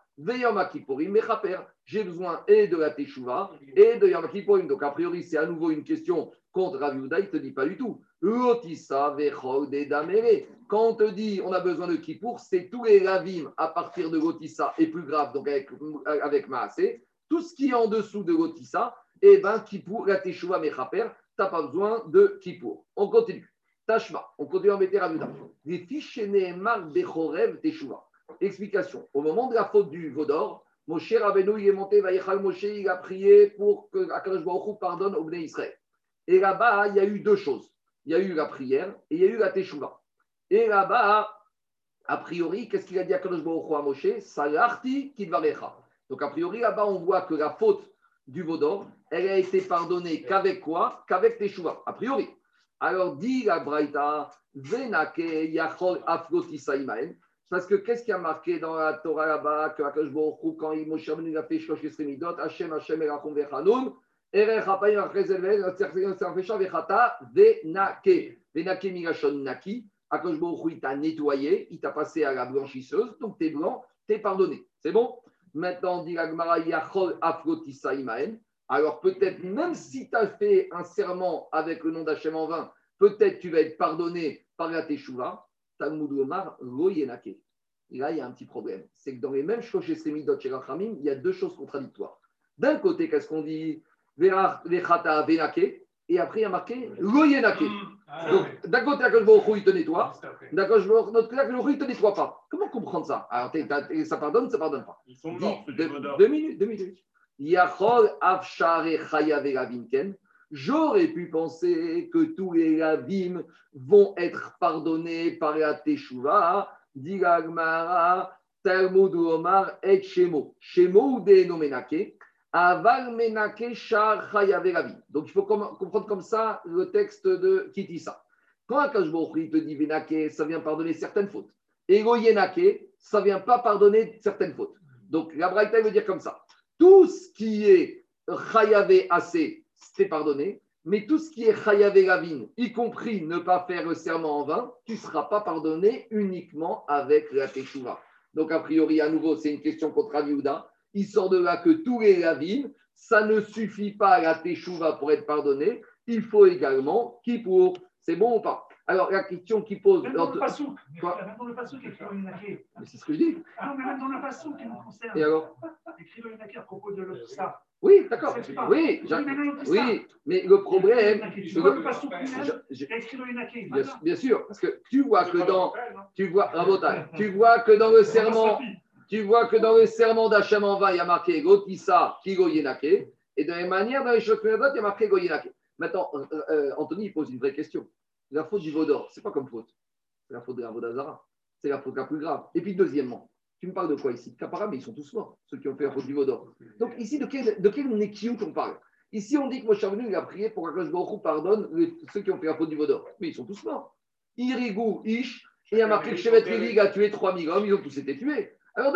Speaker 1: J'ai besoin et de la Teshuvah et de Yom Kippourim. Donc, a priori, c'est à nouveau une question contre Rav Yehuda. Il ne te dit pas du tout. Quand on te dit on a besoin de Kippour, c'est tous les ravim à partir de l'otissa et plus grave, donc avec Maasé. Tout ce qui est en dessous de l'otissa, et bien Kippour, la Teshuvah Mechaper, tu n'as pas besoin de Kippour. On continue. Tashma, on continue à embêter Rav Yehuda. Les fiches Nehemar Bechorev Teshuvah. Explication. Au moment de la faute du veau d'or, Moshe Rabbeinu, il est monté, Moshe, il a prié pour que Akadosh Baruch Hu pardonne au Bnei Israël. Et là-bas, il y a eu deux choses. Il y a eu la prière et il y a eu la teshuva. Et là-bas, a priori, qu'est-ce qu'il a dit Akadosh Baruch Hu à Moshe? Salarti kidvarecha. Donc, a priori, là-bas, on voit que la faute du veau d'or, elle a été pardonnée qu'avec quoi? Qu'avec teshuva. A priori. Alors, dit la Braïta, Venake Yachol Aflotisa Imaen. Parce que qu'est-ce qui a marqué dans la Torah là-bas, que Akadosh Baruch Hu, quand Moshe Rabbeinu a fait Shlosh Esremidot, Hashem, Erachum Vechanun, Erech Hapayim Achrezel Tzerfecha Vechata Venake. Venake Migashon Naki. Akadosh Baruch Hu, il t'a nettoyé, il t'a passé à la blanchisseuse, donc t'es blanc, t'es pardonné. C'est bon? Maintenant, dit la Gemara, Yachol Aflotisa Imaen. Alors peut-être, même si tu as fait un serment avec le nom d'Hachem en vain, peut-être tu vas être pardonné par la Teshuvah. Talmud Omar, lo yenake. Et là, il y a un petit problème. C'est que dans les mêmes Shlosh Esremidot chez Rachamim, il y a deux choses contradictoires. D'un côté, qu'est-ce qu'on dit? Vechata venake. Et après, il y a marqué lo yenake. Donc, d'un côté, Akadosh Baruch Hu, il te nettoie. D'un autre côté, Akadosh Baruch Hu, il ne te nettoie pas. Comment comprendre ça? Alors, ça pardonne pas.
Speaker 3: Ils sont morts.
Speaker 1: Deux minutes. Yachol Afshare Chaya Veravinken. J'aurais pu penser que tous les ravim vont être pardonnés par la Teshuvah, dit la Gemara, Talmud Omar et Shemo. Shemo ou de Nomenake, Aval Menake Shar Chayav Ravim. Donc il faut comprendre comme ça le texte de Kitissa. Quand Akadosh Baruch Hu te dit Venake, ça vient pardonner certaines fautes. Et Goyenake, ça ne vient pas pardonner certaines fautes. Donc la Braïta veut dire comme ça. Tout ce qui est Chayavé assez, c'est pardonné, mais tout ce qui est Chayavé Ravin, y compris ne pas faire le serment en vain, tu ne seras pas pardonné uniquement avec la Teshuvah. Donc, a priori, à nouveau, c'est une question contre Rav Yehuda. Il sort de là que tous les ravim, ça ne suffit pas à la teshuva pour être pardonné. Il faut également Kippour. C'est bon ou pas? Alors, la question qui pose.
Speaker 6: Même dans le Passouk.
Speaker 1: Quoi?
Speaker 6: Même dans le Passouk, écrit le Yunaké.
Speaker 1: Mais c'est ce que je dis.
Speaker 6: Ah non, mais même dans le Passouk qui nous concerne.
Speaker 1: Et alors?
Speaker 6: Écrit le Yunaké à propos de ça.
Speaker 1: Oui, d'accord.
Speaker 6: C'est pas.
Speaker 1: Oui, oui, mais le problème.
Speaker 6: Tu vois le Passouk lui-même, il a écrit le Yunaké.
Speaker 1: Bien sûr, parce que tu vois que dans. Tu vois que dans le serment. Tu vois que dans le serment d'Hachem en vain, il y a marqué Gotissa, Kigo Yenake. Et de la même manière, dans les choses il y a marqué Goyenake. Maintenant, Anthony pose une vraie question. La faute du Vaudor, c'est pas comme faute. C'est la faute de la Vaudazara. C'est la faute la plus grave. Et puis, deuxièmement, tu me parles de quoi ici? Capara, mais ils sont tous morts, ceux qui ont fait la faute du Vaudor. Donc, ici, de quel Nekiout on parle? Ici, on dit que Moshe Rabbeinu, il a prié pour que Baruch pardonne ceux qui ont fait la faute du Vaudor. Mais ils sont tous morts. Irigou, Ish, et il y a marqué que Shevet Lévi a tué 3000 hommes, ils ont tous été tués. Alors,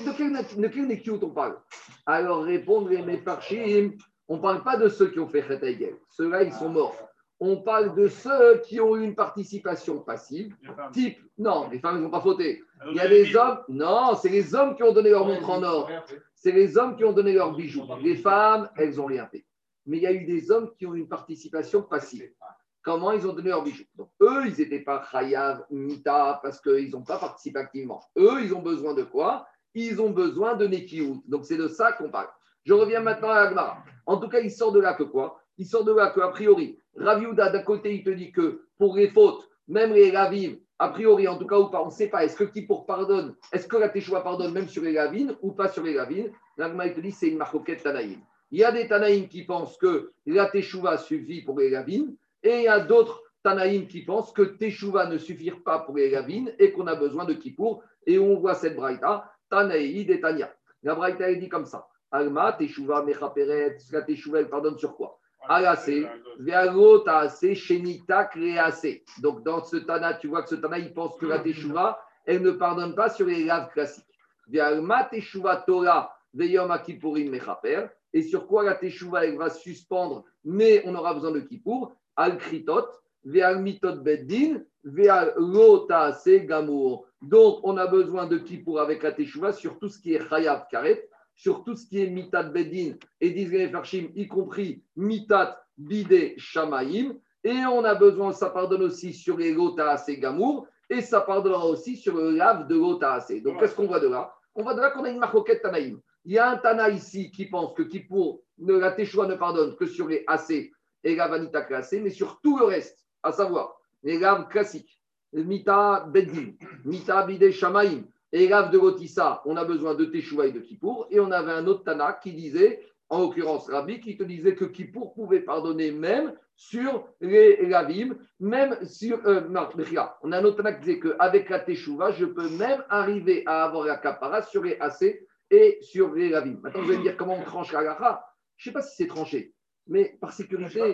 Speaker 1: de quel Nekiout on parle? Alors, répondre les Mefarshim, on ne parle pas de ceux qui ont fait Chet Haïgel. Ceux-là, ils sont morts. On parle de ceux qui ont eu une participation passive. Type, non, les femmes, ils n'ont pas fauté. Il y a des hommes, non, c'est les hommes qui ont donné leur montre en or. C'est les hommes qui ont donné leurs bijoux. Les femmes, elles n'ont rien fait. Mais il y a eu des hommes qui ont eu une participation passive. Comment ils ont donné leurs bijoux? Donc, eux, ils n'étaient pas Chayav, Mita, parce qu'ils n'ont pas participé activement. Eux, ils ont besoin de quoi? Ils ont besoin de Nekiout. Donc, c'est de ça qu'on parle. Je reviens maintenant à Agmara. En tout cas, il sort de là que quoi? Il sort de là qu'a priori, Rav Yehuda, d'un côté, il te dit que pour les fautes, même les ravines, a priori, en tout cas ou pas, on ne sait pas, est-ce que Kippour pardonne, est-ce que la Teshuva pardonne même sur les ravines ou pas sur les ravines? L'Agmara, il te dit c'est une marcoquette Tanaïm. Il y a des Tanaïm qui pensent que la Teshuva suffit pour les ravines et il y a d'autres Tanaïm qui pensent que Teshuva ne suffit pas pour les ravines et qu'on a besoin de Kippour. Et on voit cette braïta, Tanaïd et Tania. La braïta, elle dit comme ça. Alma, Teshuva, Mechaperet, la Teshuva, elle pardonne sur quoi? Alase, Viagotase, Shenita, Créase. Donc dans ce Tana, tu vois que ce Tana, il pense que la Teshuva, elle ne pardonne pas sur les laves classiques. Vialma, Teshuva, Torah, Veyom Akipurim, Mechaper. Et sur quoi la Teshuva, elle va suspendre, mais on aura besoin de Kippour? Al-Kritot, Vial-Mitot Beddin, Vial-Lotase, Gamour. Donc on a besoin de Kippour avec la Teshuva sur tout ce qui est Chayav Karet, sur tout ce qui est Mitat Bedin et disent les Farshim, y compris Mitat Bide Shamaim. Et on a besoin, ça pardonne aussi sur les Lotaase Gamour et ça pardonnera aussi sur le lave de Lotaase. Donc qu'est-ce qu'on voit de là? On voit de là qu'on a une marcoquette Tanaïm. Il y a un Tana ici qui pense que Kippour, la Teshuva ne pardonne que sur les AC et la Vanita classée, mais sur tout le reste, à savoir les laves classiques, Mita Bedin, Mita Bide Shamaim. Et Rav de Lotissa, on a besoin de Teshuva et de Kippour. Et on avait un autre Tana qui disait, en l'occurrence Rabbi, qui te disait que Kippour pouvait pardonner même sur les Ravim, même sur. On a un autre Tana qui disait qu'avec la Teshuva, je peux même arriver à avoir la Kapara sur les AC et sur les Ravim. Maintenant, vous allez me dire comment on tranche la Gacha. Je ne sais pas si c'est tranché, mais par sécurité,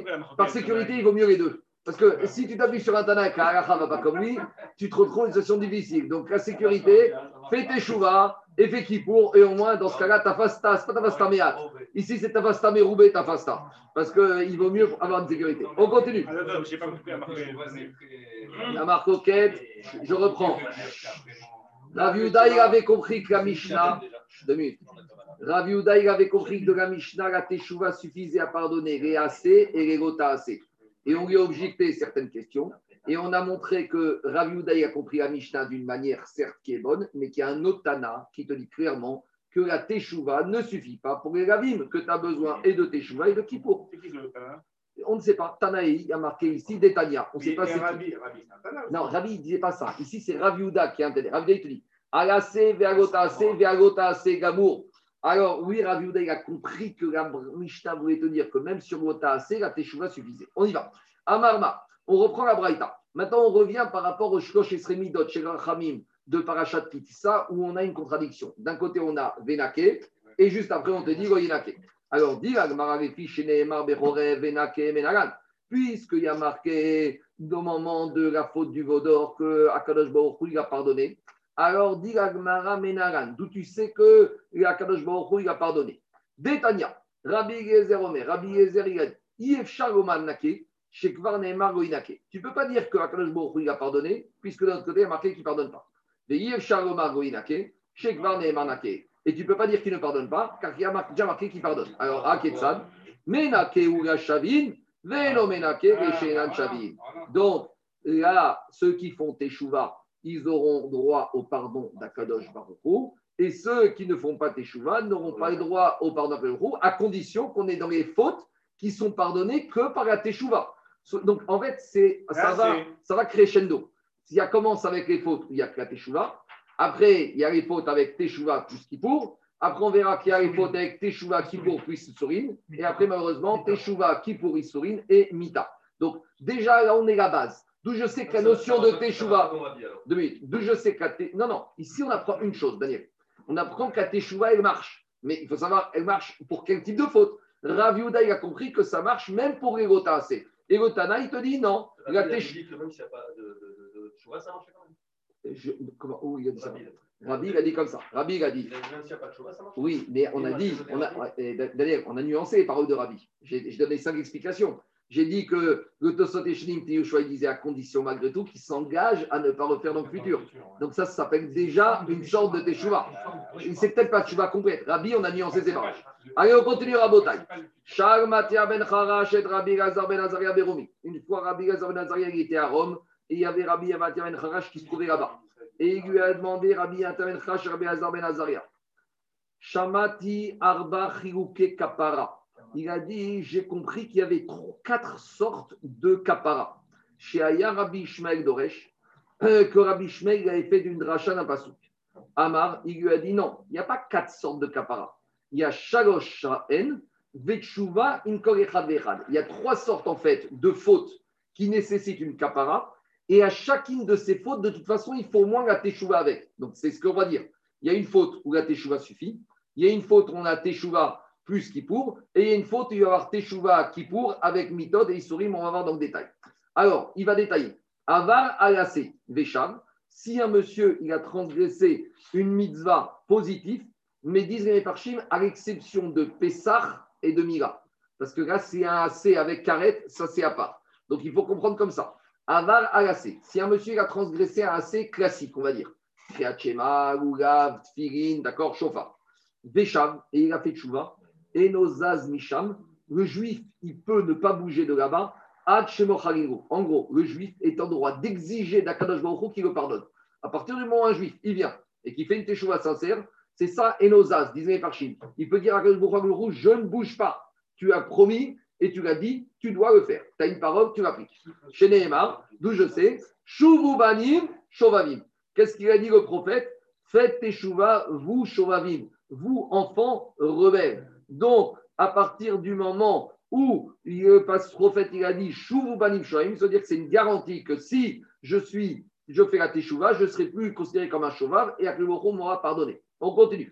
Speaker 1: il vaut mieux les deux. Parce que si tu t'appuies sur un Tana et que la halacha ne va pas comme lui, tu te retrouves dans une situation difficile. Donc la sécurité, fais tes chouvas et fais Kippour. Et au moins, dans ce cas-là, ta fasta, ce n'est pas ta fasta méat. Ici, c'est ta fasta méroubé, ta fasta. Parce qu'il vaut mieux avoir une sécurité. On continue.
Speaker 3: Je n'ai pas compris
Speaker 1: La marque Oket, je reprends. Rav Yehuda, il avait compris que la Mishnah. 2 minutes. Rav Yehuda, il avait compris que de la Mishnah, la Teshuva suffisait à pardonner les AC et les Gota AC. Et on lui a objecté certaines questions. Et on a montré que Rav Yehuda a compris la Mishnah d'une manière certes qui est bonne, mais qu'il y a un autre Tana qui te dit clairement que la Teshuva ne suffit pas pour les Ravim, que tu as besoin et de Teshuva et de Kippour.
Speaker 3: C'est qui le Tana?
Speaker 1: On ne sait pas. Tanaï, il y a marqué ici des Tania. On ne sait pas c'est
Speaker 3: Rabbi, c'est un Tana.
Speaker 1: Non, Rabbi, il ne disait pas ça. Ici, c'est Rav Yehuda qui a intérêt. Rav Yehuda, il te dit Alase, Veagotase, Gamour. Alors, oui, Rav Yehuda, il a compris que la Mishnah voulait te dire que même sur Gotase, la Teshuva suffisait. On y va. Amarma, on reprend la Braïta. Maintenant, on revient par rapport au Shlosh et Sremidot chez Rachamim de Parashat Kitissa, où on a une contradiction. D'un côté, on a Venake, et juste après, on te dit Goyenake. Alors, dit l'Agmara chez Nehemar Bechorev, Venake, Menagan. Puisqu'il y a marqué au moment de la faute du Vaudor que Akadosh Baruch Hu, il a pardonné. Alors, dit l'Agmara Menagan, d'où tu sais que Akadosh Baruch Hu, il a pardonné. Détania, Rabbi Yezer Omer, Rabbi Yezer, il a dit Yef Shagoman Nake. Tu ne peux pas dire que Akadosh Baruch Hu a pardonné, puisque de l'autre côté, il y a marqué qu'il ne pardonne pas. Tu Shekvar Ne'emar Nake. Et tu ne peux pas dire qu'il ne pardonne pas, car il y a déjà marqué qu'il pardonne. Alors, Aketsan, Menake ou la Shavin, Velo Menake et Shenan Shavin. Donc, là, ceux qui font Teshuvah, ils auront droit au pardon d'Akadosh Baruch Hu, et ceux qui ne font pas Teshuvah n'auront pas le droit au pardon d'Akadosh Baruch Hu, à condition qu'on est dans les fautes qui sont pardonnées que par la Teshuvah. Donc, en fait, ça va crescendo. Si ça commence avec les fautes où il y a que la Teshuvah, après, il y a les fautes avec Teshuvah plus Kippour. Après, on verra qu'il y a les fautes avec Teshuvah, Kippour plus Issourine. Et après, malheureusement, Teshuvah, Kippour, Issourine et Mita. Donc, déjà, là, on est la base. D'où je sais que la notion de Teshuvah. D'où je sais que Non, ici, on apprend une chose, Daniel. On apprend que la Teshuvah, elle marche. Mais il faut savoir, elle marche pour quel type de faute. Rav Yehuda, il a compris que ça marche même pour les Gotaase. Et Gotana, il te dit non. La Teshuvah. Même s'il n'y a pas de Teshuvah, ça marche quand même. Où il a dit ça? Rabbi, il a dit comme ça. Rabbi, il a dit. Oui, mais on a dit, Daniel, on a nuancé les paroles de Rabbi. J'ai donné 5 explications. J'ai dit que le Tosot et Shlim Tiyushua, il disait à condition malgré tout qu'il s'engage à ne pas refaire dans le futur. Donc ça s'appelle déjà une sorte de Teshuvah. C'est peut-être pas Teshuvah complète. Rabbi, on a nuancé ses paroles. Allez, on continue Rabotai. Shal Matia ben Charash et Rabbi Lazar ben Azaria Beromi. Une fois Rabbi Lazar ben Azaria, il était à Rome. Et il y avait Rabbi Matia ben Charash qui se trouvait là-bas. Et il lui a demandé, Rabbi Matia ben Charash, Rabbi Lazar ben Azaria, Shamati Arba Chiruke Kapara. Il a dit, j'ai compris qu'il y avait 4 sortes de kapara. Chez Aya Rabbi Ishmael Doresh, que Rabbi Ishmael avait fait d'une dracha d'un pasouk. Amar, il lui a dit non, il n'y a pas 4 sortes de kapara. Il y a Shalosh Sha'en, Vetshuva, Inkol Echad Vechad. Il y a 3 sortes en fait de fautes qui nécessitent une kapara. Et à chacune de ces fautes, de toute façon, il faut au moins la teshuva avec. Donc, c'est ce qu'on va dire. Il y a une faute où la teshuva suffit. Il y a une faute où on a teshuva plus Kippour. Et il y a une faute où il va y avoir teshuva Kippour avec Mitod et Issourim. On va voir dans le détail. Alors, il va détailler. Avar alasé Vesham. Si un monsieur, il a transgressé une mitzvah positive, mais disent les Parchim, à l'exception de Pessah et de Mila. Parce que là, c'est un assez avec Karet, ça c'est à part. Donc, il faut comprendre comme ça. Avar alasé. Si un monsieur il a transgressé un assez classique, on va dire, Kriyat Shema, Lulav, Tfilin, d'accord, Shofar, Vesham, et il a fait Tchouva, et Nozaz Misham, le juif, il peut ne pas bouger de là-bas, Ad Shemo Chalilou. En gros, le juif est en droit d'exiger d'Akadosh Baruch Hu qu'il le pardonne. À partir du moment où un juif, il vient et qu'il fait une Teshuvah sincère, c'est ça, Enozaz, disaient les Parchim. Il peut dire à Akadosh Baruch Hu, je ne bouge pas. Tu as promis et tu l'as dit, tu dois le faire. Tu as une parole, tu l'appliques. Chez Nehemar, d'où je sais, Shuvu banim, shovavim. Qu'est-ce qu'il a dit le prophète? Faites teshuva, vous, shovavim, vous, enfants rebelles. Donc, à partir du moment où le prophète il a dit Shuvu banim, shovavim, ça veut dire que c'est une garantie que si je fais la teshuva, je ne serai plus considéré comme un shovav et Akadosh Baruch Hu m'aura pardonné. On continue.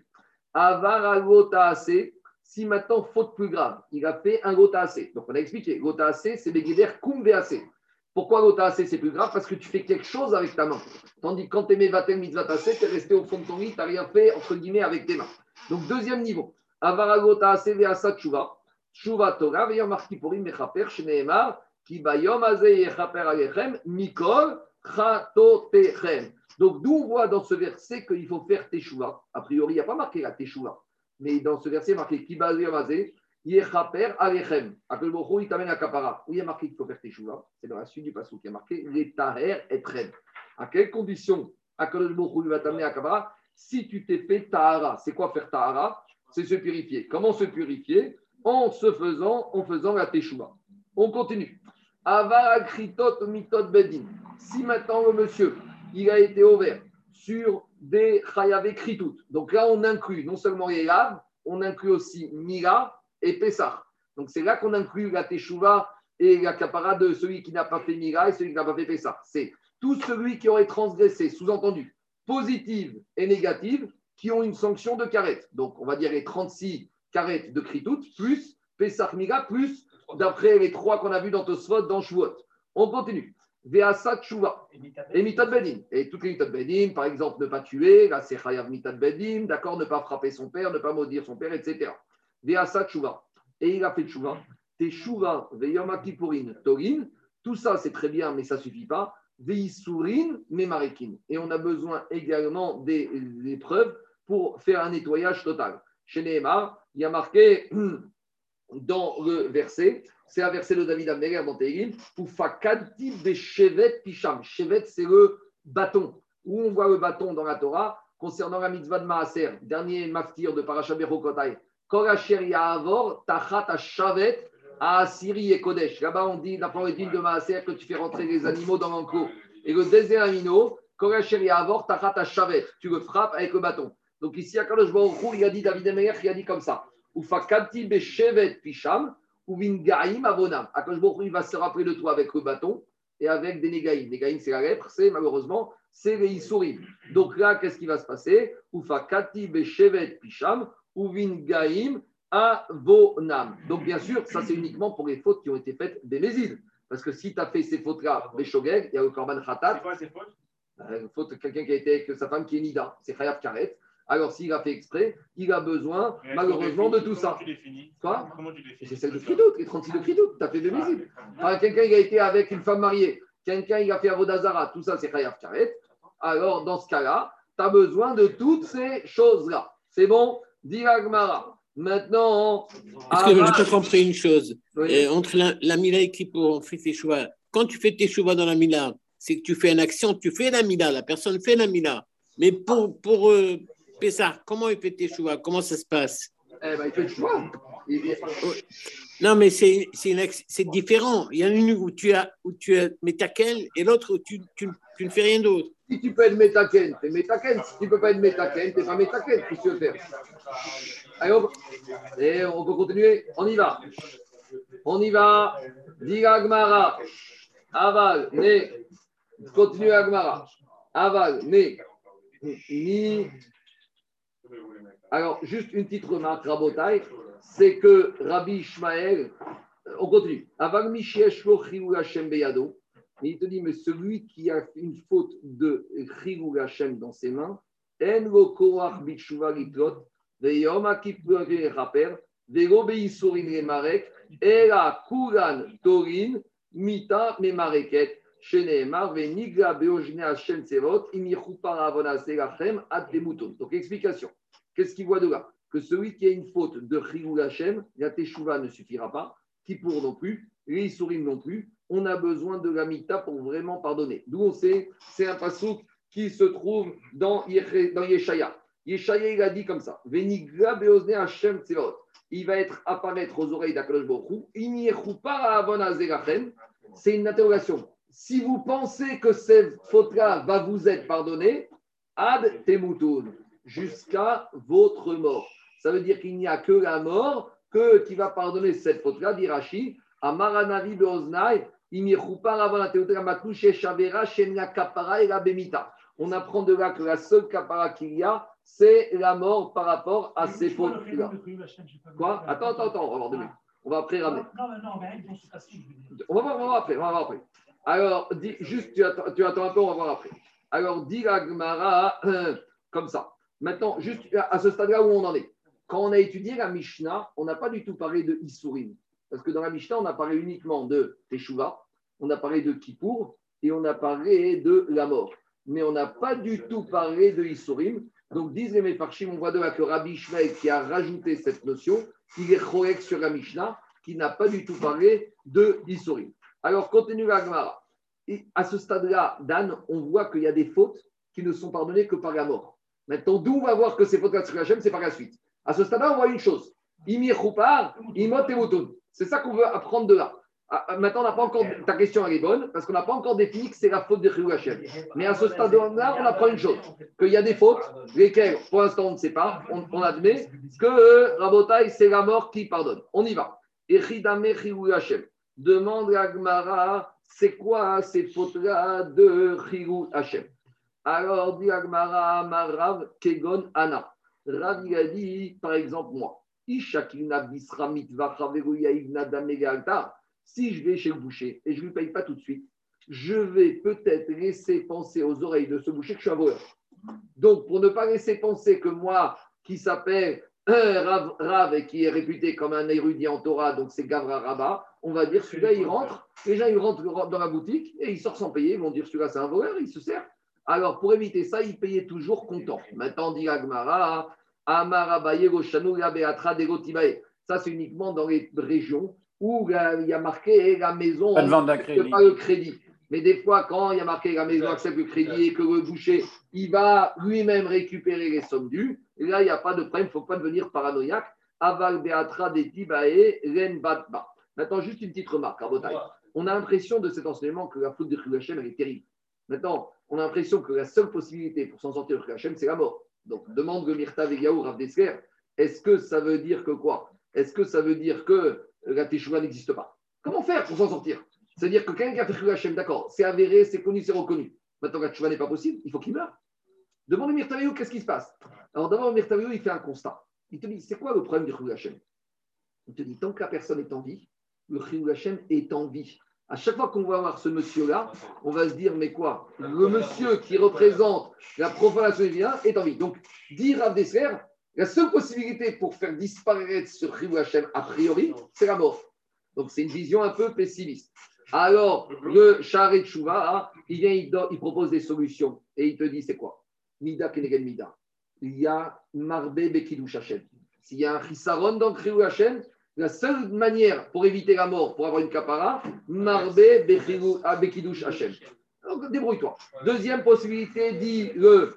Speaker 1: Avar gota ase. Si maintenant, faute plus grave, il a fait un gota assez. Donc, on a expliqué, gota assez, c'est Begeder Kumbe assez. Pourquoi gota assez, c'est plus grave? Parce que tu fais quelque chose avec ta main. Tandis que quand tu aimais vatel mitzvah assez, tu es resté au fond de ton lit, tu n'as rien fait, entre guillemets, avec tes mains. Donc, deuxième niveau. Avara gota assez, veasa tshuva. Tshuva Torah, veilleur marki porim, mechaper, shneemar, ki bayom azeh yechaper alechem, mikol, chatotechem. Donc, d'où on voit dans ce verset qu'il faut faire teshuva. A priori, il n'y a pas marqué la teshuva. Mais dans ce verset, il y a marqué Kibazé Amazé, Yechaper Alechem. Akol Bokhu, il t'amène à Kapara. Où il y a marqué qu'il faut faire Teshuvah? C'est dans la suite du passage qui a marqué Les Taher et Trem. À quelles conditions Akol Bokhu va t'amener à Kapara? Si tu t'es fait Tahara. C'est quoi faire Tahara? C'est se purifier. Comment se purifier? En faisant la Teshuvah. On continue. Avar Kritot Mitot Bedin. Si maintenant le monsieur, il a été ouvert sur des chayav kritout. Donc là, on inclut non seulement les laves, on inclut aussi Mila et Pessah. Donc c'est là qu'on inclut la Teshuvah et la kapara de celui qui n'a pas fait Mila et celui qui n'a pas fait Pessah. C'est tout celui qui aurait transgressé, sous-entendu, positive et négative, qui ont une sanction de karet. Donc on va dire les 36 karet de kritout, plus Pessah Mila, plus d'après les 3 qu'on a vus dans Tosfot, dans Shavuot. On continue. Ve'asa tshuva et mitad bedin. Et toutes les mitad bedin, par exemple, ne pas tuer, là c'est chayav mitad bedin, d'accord, ne pas frapper son père, ne pas maudire son père, etc. Ve'asa tshuva. Et il a fait tshuva. Teshuva ve'yom kippurin torin. Tout ça c'est très bien, mais ça ne suffit pas. Ve'isurin memarekin. Et on a besoin également des preuves pour faire un nettoyage total. Chez Nehemar, il y a marqué dans le verset, c'est un verset de David Améler dans Tehillim, où Fakadti Beshevet Pisham. Shevet, c'est le bâton. Où on voit le bâton dans la Torah concernant la mitzvah de Maaser, dernier maftir de Parashat Bechokotai. Kol asher ya'avor tachat hashavet ha'asiri et kodesh. Là-bas, on dit, dans le din de Maaser, que tu fais rentrer les animaux dans l'enclos. Et le deuxième animal, Kol asher ya'avor tachat hashavet. Tu le frappes avec le bâton. Donc ici, Akadosh Baruch Hu, il a dit, David Améler, il a dit comme ça. Ufakati beshevet pisham, uvingaim avonam. Akadosh Baruch Hu, il va se rappeler de toi avec le bâton et avec des négaïm. Négaïm, c'est la lèpre, c'est malheureusement, c'est les issourim. Donc là, qu'est-ce qui va se passer? Ufakati beshevet pisham, uvingaim avonam. Donc bien sûr, ça c'est uniquement pour les fautes qui ont été faites des Mézides. Parce que si tu as fait ces fautes-là, Beshogeg, il y a le Korban Khatat.
Speaker 3: C'est quoi ces fautes?
Speaker 1: Faute quelqu'un qui a été avec sa femme qui est Nida, c'est Khayab Karet. Alors, s'il a fait exprès, il a besoin, malheureusement, de tout ça.
Speaker 3: Comment tu définis?
Speaker 1: Quoi?
Speaker 3: Comment tu définis?
Speaker 1: C'est celle de Fridout, les 36 de Fridout, tu as fait de visible. Enfin, quelqu'un il a été avec une femme mariée, quelqu'un il a fait Avodazara, tout ça c'est Khayaf Karet. Alors, dans ce cas-là, tu as besoin de toutes ces choses-là. C'est bon? Dis Agmara. Maintenant.
Speaker 4: Est-ce que je n'ai pas compris une chose?
Speaker 1: Oui.
Speaker 4: Entre la Mila et Kippour, on fait tes choix. Quand tu fais tes choix dans la Mila, c'est que tu fais une action, tu fais la Mila, la personne fait la Mila. Mais pour Pessah, comment il fait tes choix? Comment ça se passe?
Speaker 1: Eh ben, il fait le choix.
Speaker 4: Non, mais c'est différent. Il y en a une où tu as Metaken et l'autre où tu ne fais rien d'autre.
Speaker 1: Si tu peux être Metaken, tu es Metaken. Si tu ne peux pas être Metaken, tu n'es pas Metaken. Qu'est-ce que tu veux faire? Allez, on peut continuer. On y va. On y va. Diga Agmara. Aval, ne. Continue Agmara. Aval, ne. Ni. Alors, juste une petite remarque, Rabotai, c'est que Rabbi Ishmael, on continue. Aval Mishieshlo Chilul Hashem Beyado, il te dit, mais celui qui a une faute de Chilul Hashem dans ses mains, En lo koach bitshuva litlot, veyom akippur lechaper, velo beisurin lemarek, ela kulan torin, mita memareket. Donc, explication. Qu'est-ce qu'il voit de là? Que celui qui a une faute de Chilul Hashem, la Teshuvah ne suffira pas, Kippour non plus, les Issourim non plus. On a besoin de la Mita pour vraiment pardonner. D'où on sait, c'est un passouk qui se trouve dans Yeshaya. Yeshaya, il a dit comme ça. Venigla beozne Hashem tzevot. Il va apparaître aux oreilles d'Akadosh Baruch Hu. C'est une interrogation. Si vous pensez que cette faute-là va vous être pardonnée, ad temutoun, jusqu'à votre mort. Ça veut dire qu'il n'y a que la mort qui va pardonner cette faute-là, dit Rashi. Amaranavi beoznai, on apprend de là que la seule kapara qu'il y a, c'est la mort par rapport à ces fautes-là. Quoi? Attends, on va voir 2 minutes. On va après ramener.
Speaker 6: Non, mais ils vont se passer.
Speaker 1: On va voir après. Alors, juste, tu attends un peu, on va voir après. Alors, dit la Gemara comme ça. Maintenant, juste à ce stade-là où on en est. Quand on a étudié la Mishnah, on n'a pas du tout parlé de Issourim. Parce que dans la Mishnah, on a parlé uniquement de Teshuvah, on a parlé de Kippour et on a parlé de la mort. Mais on n'a pas du tout parlé de Issourim. Donc, disent les Mefarshim, on voit de là que Rabbi Ishmael qui a rajouté cette notion, il est correct sur la Mishnah, qui n'a pas du tout parlé de Issourim. Alors, continue la Gemara. Et à ce stade-là, Dan, on voit qu'il y a des fautes qui ne sont pardonnées que par la mort. Maintenant, d'où on va voir que ces fautes-là sur Hachem, c'est par la suite. À ce stade-là, on voit une chose. Imir Choupar, Imot et Moutoun. C'est ça qu'on veut apprendre de là. Maintenant, on n'a pas encore. Ta question, elle est bonne, parce qu'on n'a pas encore défini que c'est la faute de Chilul Hashem. Mais à ce stade-là, on apprend une chose. Qu'il y a des fautes, lesquelles, pour l'instant, on ne sait pas. On admet que Rabotai, c'est la mort qui pardonne. On y va. Echidame Chilul Hashem. Demande à Gmara, c'est quoi ces fautes-là de Chilul Hashem? Alors, dit Agmara, Marav, Kegon, Ana. Rav, il a dit, par exemple, moi, si je vais chez le boucher et je ne lui paye pas tout de suite, je vais peut-être laisser penser aux oreilles de ce boucher que je suis un voleur. Donc, pour ne pas laisser penser que moi, qui s'appelle Rav et qui est réputé comme un érudit en Torah, donc c'est Gavra Rabba, on va dire celui-là, il rentre, les gens ils rentrent dans la boutique et il sort sans payer, ils vont dire celui-là, c'est un voleur, il se sert. Alors, pour éviter ça, il payait toujours comptant. Maintenant, dit Agmara, Amar Abaye Goshanu Beatra Dego Tibae. Ça, c'est uniquement dans les régions où il y a marqué la maison
Speaker 2: Pas de vente d'un
Speaker 1: n'accepte
Speaker 2: crédit.
Speaker 1: pas le crédit. Mais des fois, quand il y a marqué la maison accepte le crédit et que le boucher, il va lui-même récupérer les sommes dues, et là, il n'y a pas de problème, il ne faut pas devenir paranoïaque. Aval Beatra de Tibae Ren Batba. Maintenant, juste une petite remarque, Rabotai. On a l'impression de cet enseignement que la faute de Chilul Hashem, elle est terrible. Maintenant, on a l'impression que la seule possibilité pour s'en sortir de Chilul Hashem, c'est la mort. Donc, demande le Mirta Vegaou, Rav Dessler, est-ce que ça veut dire que quoi? Est-ce que ça veut dire que la Teshuvah n'existe pas? Comment faire pour s'en sortir? C'est-à-dire que quelqu'un qui a fait Chilul Hashem, d'accord, c'est avéré, c'est connu, c'est reconnu. Maintenant, la Teshuvah n'est pas possible, il faut qu'il meure. Demande le Mirta Vegaou, qu'est-ce qui se passe? Alors, d'abord, le Mirta Vegaou, il fait un constat. Il te dit, c'est quoi le problème du Chilul Hashem? Il te dit, tant que la personne est en vie, le Chilul Hashem est en vie. À chaque fois qu'on va voir ce monsieur-là, on va se dire, mais quoi? Le monsieur qui représente la profanation du bien est en vie. Donc, dire Rav Dessler, la seule possibilité pour faire disparaître ce Chilul Hashem, a priori, c'est la mort. Donc, c'est une vision un peu pessimiste. Alors, le Sha'arei Teshuvah, il vient, il propose des solutions. Et il te dit, c'est quoi? Mida keneged mida. Il y a Marbe Bekidush Hashem. S'il y a un chisaron dans le Chilul Hashem, la seule manière pour éviter la mort, pour avoir une kapara, Marbe Bekidush Hashem. Donc, débrouille-toi. Deuxième possibilité, dit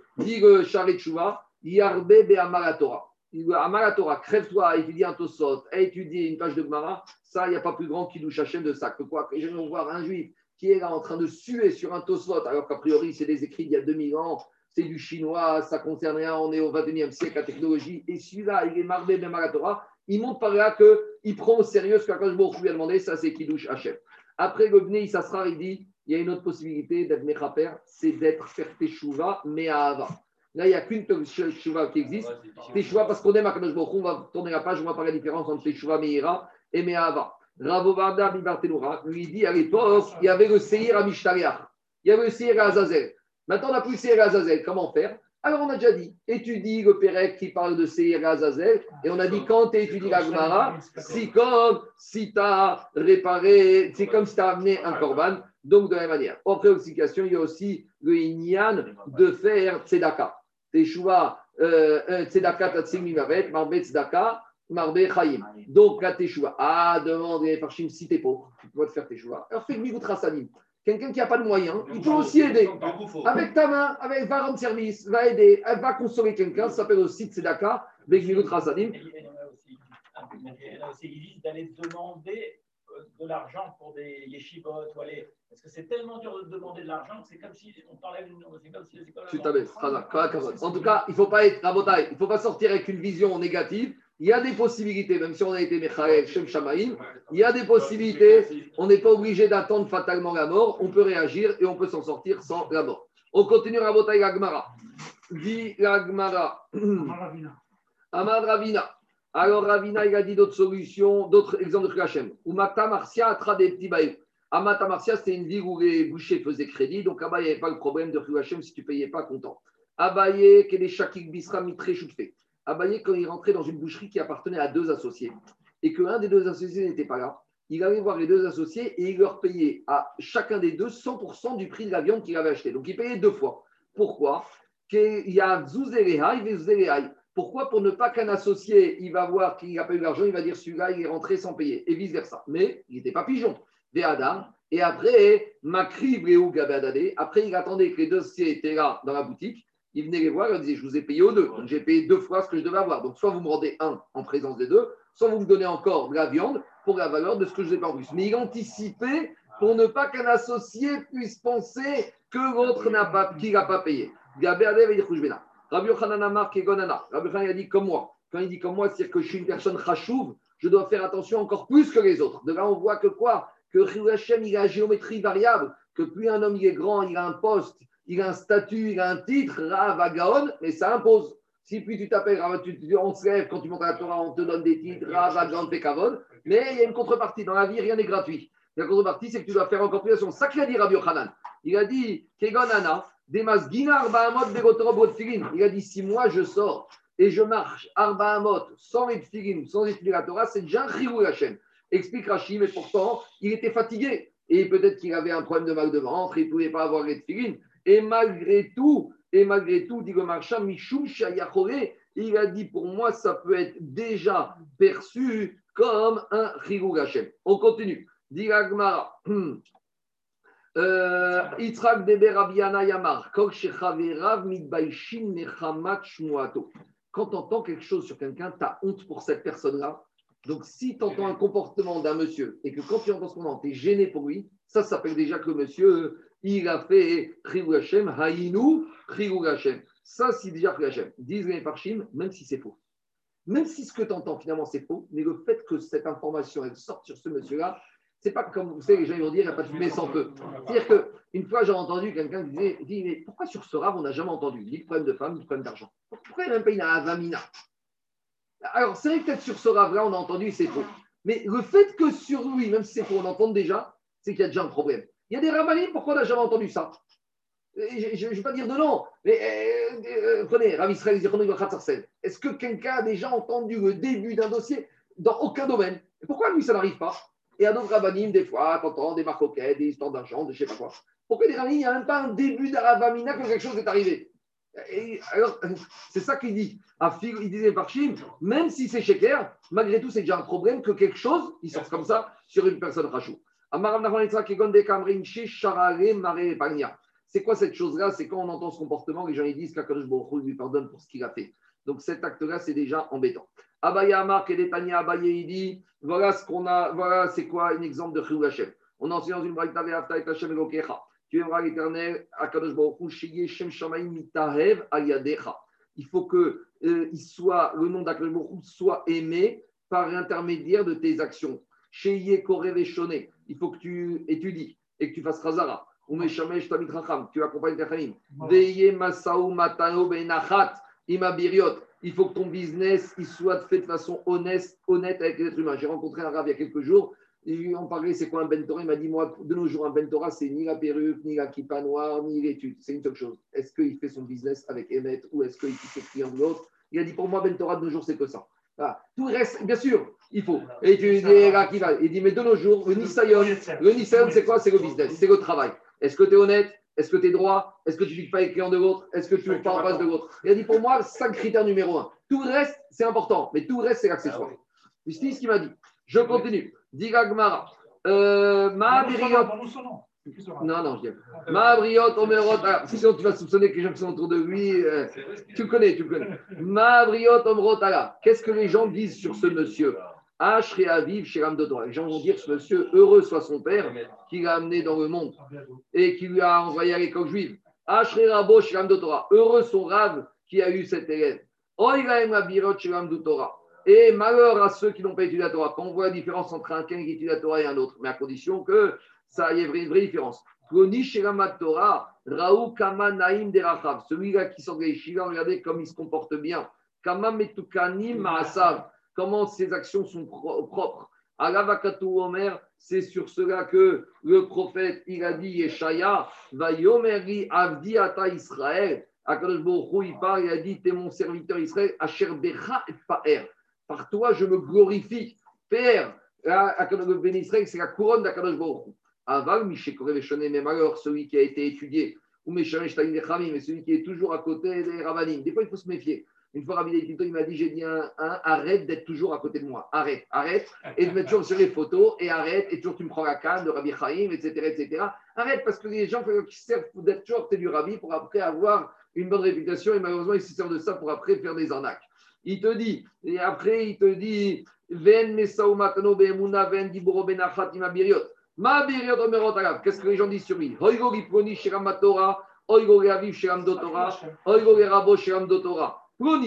Speaker 1: le Sha'arei Teshuvah, Yarbe Be'amar Torah. Amar Torah, crève-toi, étudie un Tosot, étudie une page de Gemara, ça, il n'y a pas plus grand Kiddush Hashem de ça. Que quoi? Que les gens vont voir un juif qui est là en train de suer sur un Tosot, alors qu'a priori, c'est des écrits d'il y a 2000 ans, c'est du chinois, ça ne concerne rien, on est au 21e siècle, la technologie, et celui-là, il est Marbe Be'amar Torah, il montre par là qu'il prend au sérieux ce qu'Akadosh Baruch Hu lui a demandé, ça c'est Kiddush Hashem. Après, le Bnei Issachar, il dit, il y a une autre possibilité d'être Mechaper, c'est d'être faire Teshuvah, mais à Ava. Là, il n'y a qu'une Teshuvah qui existe. Teshuvah, parce qu'on aime Akadosh Baruch Hu, on va tourner la page, on va parler de la différence entre Teshuvah Meira et Me'ava. Ravovada Bibartenura lui dit, à l'époque, il y avait le Seir à Mishtariach, il y avait le Seir à Azazel. Maintenant, on n'a plus le Seir à Azazel, comment faire? Alors, on a déjà dit, étudie le Pérec qui parle de Seir à Azazel, et on a dit, quand tu étudies la Gemara, si tu as réparé, c'est comme si tu as amené un korban, donc de la même manière. En préoccupation, il y a aussi le Inyan de faire Tzedaka. Teshuvah, Tzedaka, Tatsim, Mimavet, Marbe Tzedaka, Marbe Chaim. Donc, la Teshuvah. Ah, demande les Farshim, si tu es pauvre, tu dois te faire Teshuvah. Alors, fais Gmilut Rasanim. Quelqu'un qui n'a pas de moyens, il peut aussi aider. Avec ta main, va rendre service, va aider, va consoler quelqu'un, ça s'appelle aussi Tzedaka, Begmilut Rasanim.
Speaker 5: Il y en a aussi qui disent d'aller demander de l'argent pour des yeshivot, parce que c'est tellement dur de demander de l'argent que c'est comme si on t'enlève une. C'est comme si
Speaker 1: tu t'abaisses. En tout cas, il ne faut pas être rabotaille, il ne faut pas sortir avec une vision négative. Il y a des possibilités, même si on a été Mechael, Shem Shamaïm, il y a des possibilités. On n'est pas obligé d'attendre fatalement la mort. On peut réagir et on peut s'en sortir sans la mort. On continue rabotaille la Gemara. Dit la Gemara. Amad Ravina. Alors Ravina, il a dit d'autres solutions, d'autres exemples de Chilul Hashem. Umata Marcia atra des petits baïs. Amata Marcia, c'était une ville où les bouchers faisaient crédit, donc là-bas, il n'y avait pas le problème de Chilul Hashem si tu ne payais pas content. Abaye, que les Shakik Bisra Mitre Choufé. Abaye, quand il rentrait dans une boucherie qui appartenait à deux associés, et qu'un des deux associés n'était pas là, il allait voir les deux associés et il leur payait à chacun des deux 100% du prix de la viande qu'il avait acheté. Donc il payait deux fois. Pourquoi? Il y a Zouzerehaï et Zouzerehaï. Pourquoi? Pour ne pas qu'un associé, il va voir qu'il n'a pas eu l'argent, il va dire celui-là, il est rentré sans payer, et vice-versa. Mais il n'était pas pigeon. Des Adam. Et après, Makri, Bréou, Gabadadé, après, il attendait que les deux associés étaient là dans la boutique. Il venait les voir, il leur disait, je vous ai payé aux deux. Donc, j'ai payé deux fois ce que je devais avoir. Donc, soit vous me rendez un en présence des deux, soit vous me donnez encore de la viande pour la valeur de ce que je n'ai pas en plus. Mais il anticipait pour ne pas qu'un associé puisse penser que l'autre qu'il n'a pas payé. Gabadadé va dire Khouchbena. Rabbi Yochanan Amar Kegonana. Rabbi Yochanan a dit comme moi. Quand il dit comme moi, c'est-à-dire que je suis une personne chachouv, je dois faire attention encore plus que les autres. De là, on voit que quoi? Que Chilul Hashem, il a une géométrie variable, que plus un homme il est grand, il a un poste, il a un statut, il a un titre, Rav Agaon, mais ça impose. Si plus tu t'appelles Rav, on se lève, quand tu montes à la Torah, on te donne des titres, Rav Agaon, Pekavon, mais il y a une contrepartie. Dans la vie, rien n'est gratuit. La contrepartie, c'est que tu dois faire encore plus attention. Ça qu'il a dit Rabbi Yochanan. Il a dit Kegonana. Il a dit, si moi je sors et je marche Arba Amot sans les tefilin, sans étudier la Torah, c'est déjà un Chilul Hashem. Explique Rashi, mais pourtant, il était fatigué. Et peut-être qu'il avait un problème de mal de ventre, il ne pouvait pas avoir les tefilin. Et malgré tout, dit le marchand, Michou Shayachore, il a dit pour moi, ça peut être déjà perçu comme un Chilul Hashem. On continue. Dit la Gemara. Yitzhak Deber Rabiana Yamar, Kol Shechaverav Mitbaishin Nechamat Shmuato. Quand tu entends quelque chose sur quelqu'un, tu as honte pour cette personne-là. Donc, si tu entends un comportement d'un monsieur et que quand tu entends ce qu'on tu es gêné pour lui, ça s'appelle déjà que le monsieur, il a fait Chilul Hashem, Haïnou, Chilul Hashem. Ça, c'est déjà Chilul Hashem. Disent les Parshim, même si c'est faux. Même si ce que tu entends finalement c'est faux, mais le fait que cette information elle sorte sur ce monsieur-là, c'est pas comme vous savez, les gens ils vont dire il n'y a pas de fumée sans feu. C'est-à-dire qu'une fois j'ai entendu quelqu'un qui dit mais pourquoi sur ce rave on n'a jamais entendu ni le problème de femme, ni le problème d'argent. Pourquoi il n'y a même pas une avamina? Alors c'est vrai que peut-être sur ce rave-là on a entendu c'est faux. Mais le fait que sur lui, même si c'est faux, on entende déjà, c'est qu'il y a déjà un problème. Il y a des ravanim, pourquoi on n'a jamais entendu ça? Je ne vais pas dire de non, mais prenez Rav Israël Zichrono Livracha Tzarsen. Est-ce que quelqu'un a déjà entendu le début d'un dossier dans aucun domaine? Et pourquoi lui ça n'arrive pas? Et à d'autres rabbinim, des fois, tu entends des marcoquettes, des histoires d'argent, de je ne sais pas quoi. Pourquoi des rabbinim, il n'y a même pas un début d'Aravamina que quelque chose est arrivé? Et alors, c'est ça qu'il dit. Il disait par Chim, même si c'est Sheker, malgré tout, c'est déjà un problème que quelque chose, il sort comme ça sur une personne rachou. C'est quoi cette chose-là? C'est quand on entend ce comportement, les gens ils disent qu'Akadosh Baruch Hu lui pardonne pour ce qu'il a fait. Donc cet acte-là, c'est déjà embêtant. Abaye Amar, Kedetania, Abaye, il dit voilà ce qu'on a, voilà c'est quoi un exemple de Chilul Hashem. On enseigne dans une braïta ve'afta et Hashem Elokecha. Tu aimeras l'Éternel, Akadosh Baruch Hu, Sheye Shem Shamayim Mitahev Ayadecha. Il faut que le nom d'Akadosh Baruch Hu soit aimé par l'intermédiaire de tes actions. Sheye Korev Eshone. Il faut que tu étudies et que tu fasses Chazara. Tu accompagnes tes familles. Veye Masaou Matano Benachat Imabiriot. Il faut que ton business il soit fait de façon honnête avec les êtres humains. J'ai rencontré un rave il y a quelques jours. On parlait, c'est quoi un Ben Torah? Il m'a dit, moi, de nos jours, un Ben Torah, c'est ni la perruque, ni la kippa noire, ni l'étude. C'est une seule chose. Est-ce qu'il fait son business avec Emet ou est-ce qu'il fait ses clients de l'autre? Il a dit, pour moi, Ben Torah, de nos jours, c'est que ça. Voilà. Tout le reste, bien sûr, il faut. Étudier la kippa. Il dit, mais de nos jours, le Nisayon, c'est quoi? C'est le business, c'est le travail. Est-ce que tu es honnête? Est-ce que tu es droit? Est-ce que tu ne piques pas les clients de l'autre? Est-ce que tu ne parles pas de l'autre? Il a dit pour moi, 5 critères numéro 1. Tout le reste, c'est important, mais tout le reste, c'est l'accessoire. C'est ce qu'il m'a dit. Je continue. Diga Gmara. Non, je dis. Ma'abriot, Omerot. Sinon, tu vas soupçonner que les gens qui sont autour de lui. Tu le connais. Ma'abriot, Omerot. Qu'est-ce que les gens disent sur ce monsieur? Ashri Aviv, Shiram Dodora. Les gens vont dire ce monsieur, heureux soit son père, qui l'a amené dans le monde et qui lui a envoyé à l'école juive. Ashri Rabo, Shiram Dodora. Heureux son rave qui a eu cet élève. Oilaem Abirot, Shiram Dodora. Et malheur à ceux qui n'ont pas étudié la Torah. Quand on voit la différence entre un qui étudie la Torah et un autre, mais à condition que ça y ait une vraie différence. Ploni Shiram Torah, Raou Kama Naïm Derachav. Celui-là qui sort de l'Yeshiva, regardez comme il se comporte bien. Kama Metukanim Maasav. Comment ces actions sont propres. Alavakatou Omer, c'est sur cela que le prophète, il a dit, Yeshaya, va Yomeri Avdi Ata Israël. Akadosh Baruch Hu, il parle, il a dit, t'es mon serviteur Israël, Asher Becha et Pa'er. Par toi, je me glorifie. Père, le béni Israël, c'est la couronne d'Akadosh Baruch Hu. Aval, Mishekore Veshone, même alors, celui qui a été étudié, ou Meshamesh Taïm Dechamim, mais celui qui est toujours à côté des Ravanim. Des fois, il faut se méfier. Une fois, Rabbi Levi, il m'a dit, j'ai dit arrête d'être toujours à côté de moi. Arrête. Et de mettre toujours sur les photos, et arrête, et toujours tu me prends la canne de Rabbi Chaim, etc. Arrête, parce que les gens qui servent d'être toujours côté du Rabbi pour après avoir une bonne réputation, et malheureusement, ils se servent de ça pour après faire des arnaques. Il te dit, Ven Mesaou Matano Be'emuna, Ven Diburo Benachat Imabiriot. Ma Biriot Omerot Alav. Qu'est-ce que les gens disent sur lui? Oigo Giproni Shiram Matora, Oigo Aviv Shiram Dotora, Oigo Rabo Shiram Dotora. On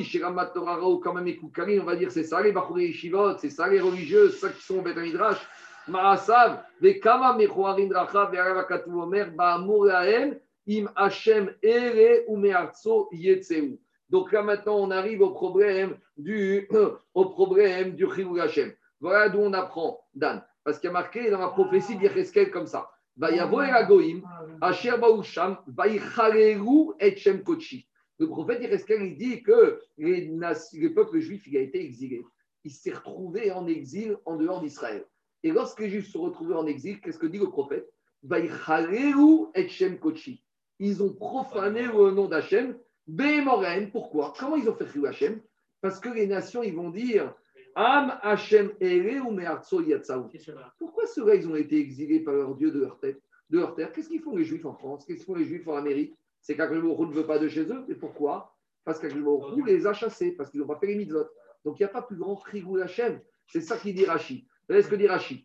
Speaker 1: va dire c'est ça les Bachouré Yeshivot, c'est ça les religieux, c'est ça qui sont au Beth Midrash. Ma'asav, Vekama Mechoarin Racha, Ve'aravakatu Omer, Ba'amur Lahem, Im Hashem Ere ou Me'artso Yetzeu. Donc là maintenant on arrive au problème du Chilul Hashem. Voilà d'où on apprend, Dan. Parce qu'il y a marqué dans la prophétie d'Yecheskel comme ça. Vayavo El Hagoyim, Asher Ba'usham, Vayichalelu et Shem Kochi. Le prophète il dit que le peuple juif il a été exilé. Il s'est retrouvé en exil en dehors d'Israël. Et lorsque les Juifs se sont retrouvés en exil, qu'est-ce que dit le prophète? ils ont profané le nom d'Hachem. Bémoren, pourquoi? Comment ils ont fait Chilou Hachem? Parce que les nations, ils vont dire Am Hachem Ere ou Me'artso Yatsaou. Pourquoi ceux-là, ils ont été exilés par leur Dieu de leur tête, de leur terre? Qu'est-ce qu'ils font les Juifs en France? Qu'est-ce qu'ils font les Juifs en Amérique? C'est qu'Akadosh Baruch Hu ne veut pas de chez eux. Et pourquoi? Parce qu'Akadosh Baruch Hu les a chassés, parce qu'ils n'ont pas fait les mitzvot. Donc il n'y a pas plus grand Chilou Hachem. C'est ça qu'il dit Rashi. Vous voyez ce que dit Rashi?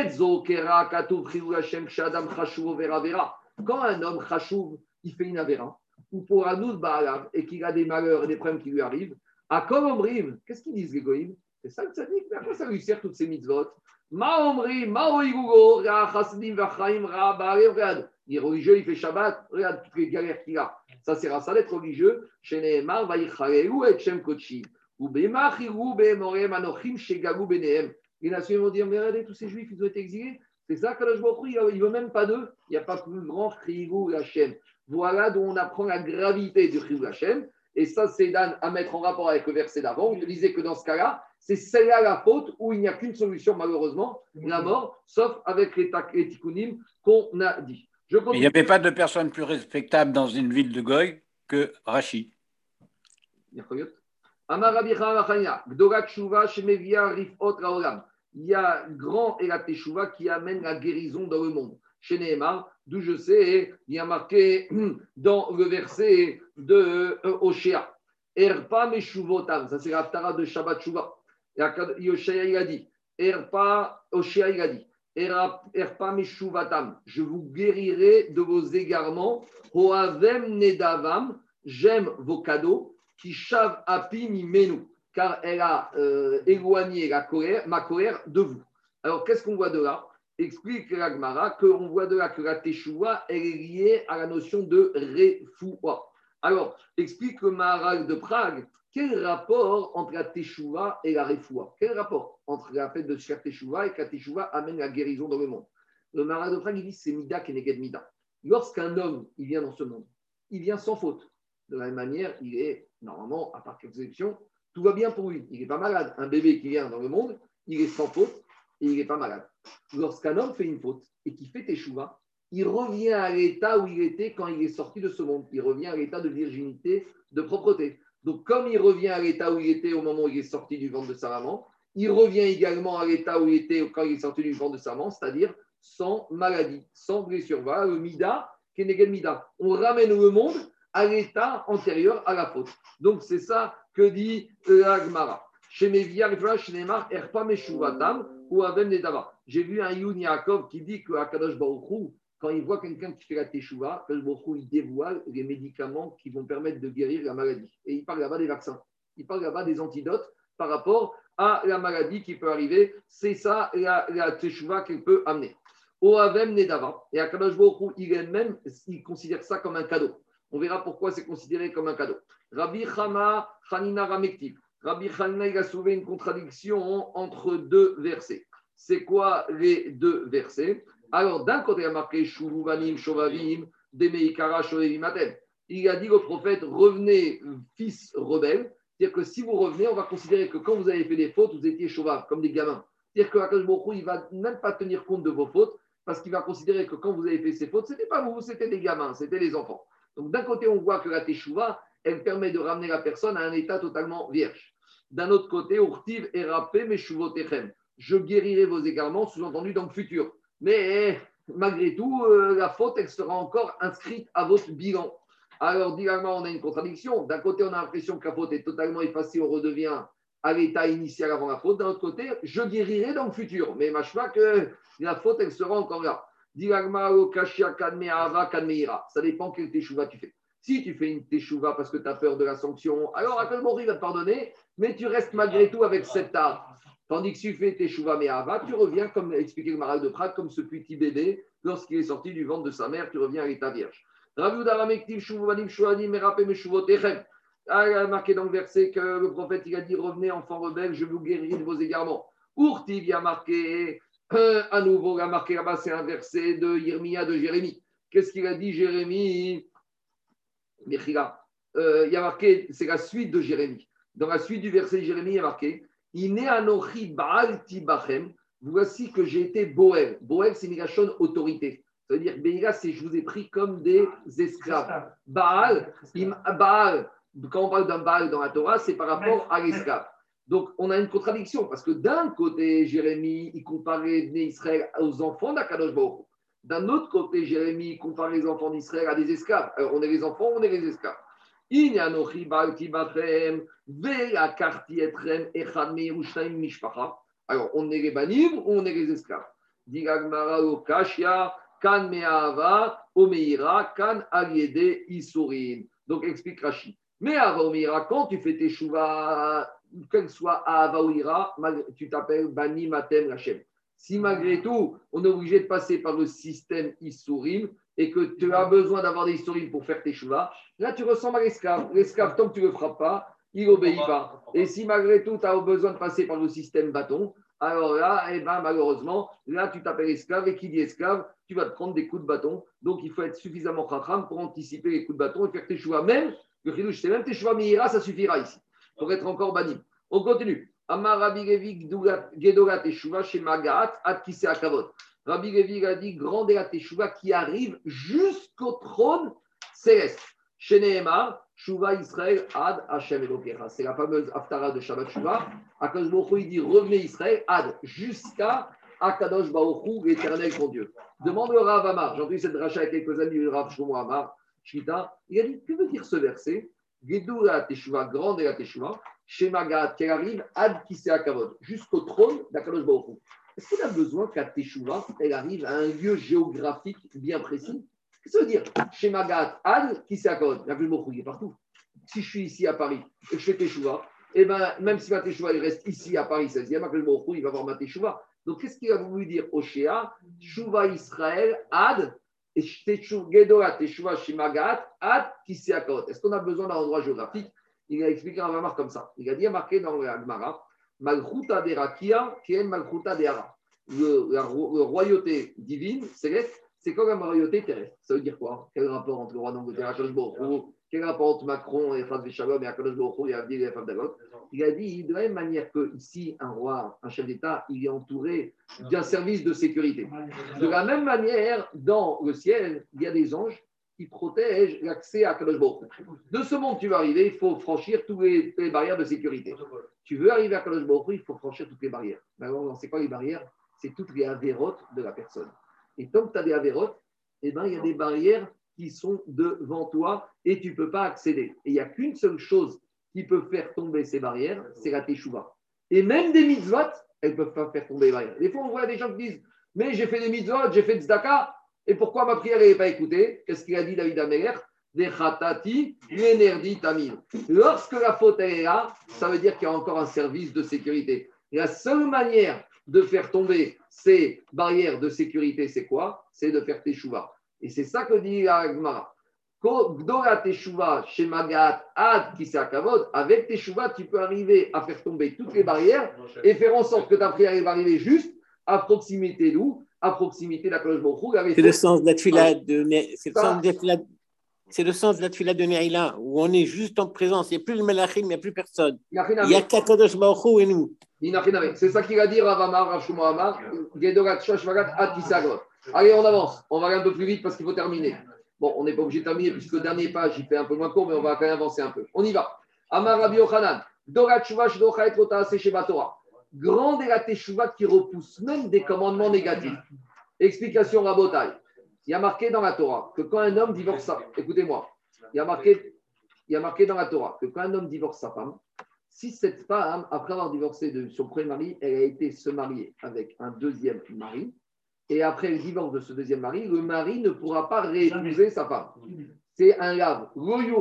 Speaker 1: Quand un homme chashuv, il fait une avéra, ou pour Anoud Baalav, et qu'il a des malheurs et des problèmes qui lui arrivent, à Kolomrim, qu'est-ce qu'ils disent les goïms? C'est ça le tzaddik, mais à quoi ça lui sert toutes ces mitzvot? Maomrim, Maoïgougo, Chasdim Vachaim, regarde, il est religieux, il fait Shabbat, regarde toutes les galères qu'il a. Ça sert à ça d'être religieux. Chez Nehemar, Vaïchalelu et Shem Kochi. Ou Bemachirou, Bemorem, Anochim, Shegalu, Benehem. Les nations vont dire, mais regardez, tous ces juifs, ils ont été exilés. C'est ça qu'Akadosh Baruch Hu, il ne veut même pas d'eux. Il n'y a pas plus grand Chilou Hachem. Voilà d'où on apprend la gravité du Chilou Hachem. Et ça, c'est Dan à mettre en rapport avec le verset d'avant. On te disait que dans ce cas-là, c'est celle-là la faute où il n'y a qu'une solution, malheureusement, la mort, sauf avec les tikkunim qu'on a dit.
Speaker 2: Il n'y avait pas de personne plus respectable dans une ville de Goy que Rashi.
Speaker 1: Il y a grand et la teshuva qui amène la guérison dans le monde. Chez Nehemar, d'où je sais, il y a marqué dans le verset de Oshéa, Erpa Meshuvotam, ça c'est l'Aftara de Shabbat Shuvah. Oshéa il a dit, Oshéa il a dit, Erpa Meshuvatam, je vous guérirai de vos égarements, Hoavem Nedavam, j'aime vos cadeaux, qui shav api mimenu, car elle a éloigné ma colère de vous. Alors qu'est-ce qu'on voit de là? Explique la Gemara qu'on voit de là que la teshuva elle est liée à la notion de refoua. Alors, explique le Maharal de Prague, quel rapport entre la teshuva et la refoua? Quel rapport entre la fête de faire teshuva et que la teshuva amène la guérison dans le monde? Le Maharal de Prague, il dit c'est mida keneged mida. Lorsqu'un homme, il vient dans ce monde, il vient sans faute. De la même manière, il est, normalement, à part quelques exceptions, tout va bien pour lui. Il n'est pas malade. Un bébé qui vient dans le monde, il est sans faute et il n'est pas malade. Lorsqu'un homme fait une faute et qu'il fait teshuva, il revient à l'état où il était quand il est sorti de ce monde. Il revient à l'état de virginité, de propreté. Donc, comme il revient à l'état où il était au moment où il est sorti du ventre de sa maman, il revient également à l'état où il était quand il est sorti du ventre de sa maman, c'est-à-dire sans maladie, sans blessure. Voilà le mida, keneged mida. On ramène le monde à l'état antérieur à la faute. Donc, c'est ça que dit la Gemara. J'ai vu un Youn Yaakov qui dit que Akadosh Baruch Hu, quand il voit quelqu'un qui fait la teshuva, Akadosh Baruch Hu, il dévoile les médicaments qui vont permettre de guérir la maladie. Et il parle là-bas des vaccins. Il parle là-bas des antidotes par rapport à la maladie qui peut arriver. C'est ça la teshuva qu'elle peut amener. Oavem Nedava. Et Akadosh Baruch Hu, il considère ça comme un cadeau. On verra pourquoi c'est considéré comme un cadeau. Rabbi Chama Chanina Ramektiv. Rabbi Chanina, il a soulevé une contradiction entre deux versets. C'est quoi les deux versets? Alors, d'un côté, il a marqué Shuvuvanim, Shovavim, Demeikara, Sholevimatem. Il a dit au prophète, revenez, fils rebelle. C'est-à-dire que si vous revenez, on va considérer que quand vous avez fait des fautes, vous étiez Shovav, comme des gamins. C'est-à-dire que Akadosh Baruch Hu, il ne va même pas tenir compte de vos fautes, parce qu'il va considérer que quand vous avez fait ces fautes, ce n'était pas vous, c'était des gamins, c'était les enfants. Donc, d'un côté, on voit que la teshuva, elle permet de ramener la personne à un état totalement vierge. D'un autre côté, Urtiv et Rapé, Meshuvotechem. Je guérirai vos égarements, sous-entendu dans le futur. Mais malgré tout, la faute, elle sera encore inscrite à votre bilan. Alors, directement, on a une contradiction. D'un côté, on a l'impression que la faute est totalement effacée, on redevient à l'état initial avant la faute. D'un autre côté, je guérirai dans le futur. Mais machma que la faute, elle sera encore là. Ça dépend quelle teshuva tu fais. Si tu fais une teshuva parce que tu as peur de la sanction, alors Akadosh Baruch Hu va te pardonner, mais tu restes malgré tout avec cette art. Tandis que si tu fais teshuva me'ava, tu reviens, comme expliqué le Maharal de Prague, comme ce petit bébé, lorsqu'il est sorti du ventre de sa mère, tu reviens à l'état vierge. Il a marqué dans le verset que le prophète il a dit revenez enfants rebelles, je vous guérirai de vos égarements. Urtiv, il a marqué à nouveau, il a marqué là-bas, c'est un verset de Yirmiya de Jérémie. Qu'est-ce qu'il a dit, Jérémie? Il a marqué, c'est la suite de Jérémie. Dans la suite du verset de Jérémie, il y a marqué Ine anochi baal tibachem. Voici que j'ai été Boel. Boel, c'est Migashon autorité. Ça veut dire Beïla, c'est je vous ai pris comme des esclaves. Baal, Baal, quand on parle d'un Baal dans la Torah, c'est par rapport à l'esclave. Donc, on a une contradiction, parce que d'un côté, Jérémie, il comparait Bnei Israël aux enfants d'Akadosh Baruch Hu. D'un autre côté, Jérémie compare les enfants d'Israël à des esclaves. Alors, on est les enfants, on est les esclaves. Inyanochi balti bachem, vela karti etrem, echad meirushaim mishpacha. Alors, on est les banim ou on est les esclaves? Digagmara o kashia, kan me'ava, omeira, kan aliede isurin. Donc, explique Rashi. Me'ava omeira, quand tu fais tes chouvas, quel soit Ava ou Ira, tu t'appelles Bani Matem Lachem. Si malgré tout, on est obligé de passer par le système Issourim et que tu as besoin d'avoir des Issourim pour faire tes chouvas, là tu ressembles à l'esclave. L'esclave, tant que tu ne le frappes pas, il n'obéit pas. Et si malgré tout, tu as besoin de passer par le système bâton, alors là, eh ben, malheureusement, là tu t'appelles esclave et qui dit esclave, tu vas te prendre des coups de bâton. Donc il faut être suffisamment chacham pour anticiper les coups de bâton et faire tes chouvas. Même, le chidouche, c'est même tes chouvas Meira, ça suffira ici. Pour être encore banni. On continue. Amar Rabbi Levi Gedolat Teshuva chez Magaat Ad Kise Akavod. Rabbi Levi a dit grande est la Teshuva qui arrive jusqu'au trône céleste. Chez Nehemar, Shuva Israël Ad Hashem Elokecha. C'est la fameuse Haftara de Shabbat Shuva. Akadosh Baruch Hu, il dit revenez Israël Ad jusqu'à Akadosh Baruch Hu, l'éternel ton Dieu. Demande le Rav Amar. J'ai entendu cette dracha avec quelques amis du Rav Shlomo Amar. Shita. Il a dit que veut dire ce verset? Gedou la Teshuva, grande et la Teshuva, chez Magat, qui arrive, Ad Kisei Akavod, jusqu'au trône d'Akadosh Baruch Hu. Est-ce qu'il a besoin qu'à Teshuva, elle arrive à un lieu géographique bien précis? Qu'est-ce que ça veut dire? Chez Magat, Ad Kisei Akavod, l'Akadosh Baruch Hu, il est partout. Si je suis ici à Paris et que je fais Teshuva, eh ben, même si ma Teshuva il reste ici à Paris 16e, Akadosh Baruch Hu, il va voir ma Teshuva. Donc, qu'est-ce qu'il a voulu dire au Shea? Shuva Israël, Ad est-ce qu'on a besoin d'un endroit géographique? Il a expliqué un Ramar comme ça. Il a dit, marqué dans la Gemara, Malchuta de Rakia, qui est Malchuta de Hara. La royauté divine, céleste, c'est comme la royauté terrestre. Ça veut dire quoi? Quel rapport entre le roi d'Angleterre et Akadosh Baruch Hu? Quel rapport entre Macron et Faz Shalom et Akadosh Baruch Hu et Avdil et Fabdagot? Il a dit, de la même manière que ici, un roi, un chef d'État, il est entouré d'un service de sécurité. De la même manière, dans le ciel, il y a des anges qui protègent l'accès à Akadosh Baruch Hu. De ce monde, tu vas arriver, il faut franchir toutes les barrières de sécurité. Tu veux arriver à Akadosh Baruch Hu, il faut franchir toutes les barrières. Alors, c'est quoi les barrières? C'est toutes les avérotes de la personne. Et tant que tu as des avérotes, eh ben, il y a des barrières qui sont devant toi et tu ne peux pas accéder. Et il n'y a qu'une seule chose qui peut faire tomber ces barrières, c'est la teshuva. Et même des mitzvot, elles ne peuvent pas faire tomber les barrières. Des fois, on voit des gens qui disent, mais j'ai fait des mitzvot, j'ai fait tzedaka, et pourquoi ma prière n'est pas écoutée? Qu'est-ce qu'il a dit David Améler? Des chatati, l'énergie tamil. Lorsque la faute est là, ça veut dire qu'il y a encore un service de sécurité. Et la seule manière de faire tomber ces barrières de sécurité, c'est quoi? C'est de faire teshuva. Et c'est ça que dit la Gemara. Gdola teshuva chez Magat Ad Kisakavod, avec teshuva, tu peux arriver à faire tomber toutes les barrières et faire en sorte que ta prière va arriver juste à proximité d'où? À proximité de la cloche Baruch Hu.
Speaker 4: C'est le sens de la tefila c'est le sens de la tefila de Neila, où on est juste en présence. Il n'y a plus le Melachim, il n'y a plus personne. Il y a qu'Akadosh Baruch Hu et nous.
Speaker 1: C'est ça qu'il a dit Rav Amar, Rav Shlomo Amar, Gedolat Shosh Magat Ad Kisakavod. Allez, on avance. On va aller un peu plus vite parce qu'il faut terminer. Bon, on n'est pas obligé de terminer puisque le dernier page, il fait un peu moins court, mais on va quand même avancer un peu. On y va. Amar Rabbi Yochanan, Dorat Shuva Shdocha et Rota Sheba Torah. Grande est la teshuva qui repousse même des commandements négatifs. Explication Rabotai. Il y a marqué dans la Torah que quand un homme divorce écoutez-moi, il y a marqué dans la Torah que quand un homme divorce sa femme, si cette femme, après avoir divorcé de son premier mari, elle a été se marier avec un deuxième mari, et après le divorce de ce deuxième mari, le mari ne pourra pas réépouser sa femme. C'est un lave.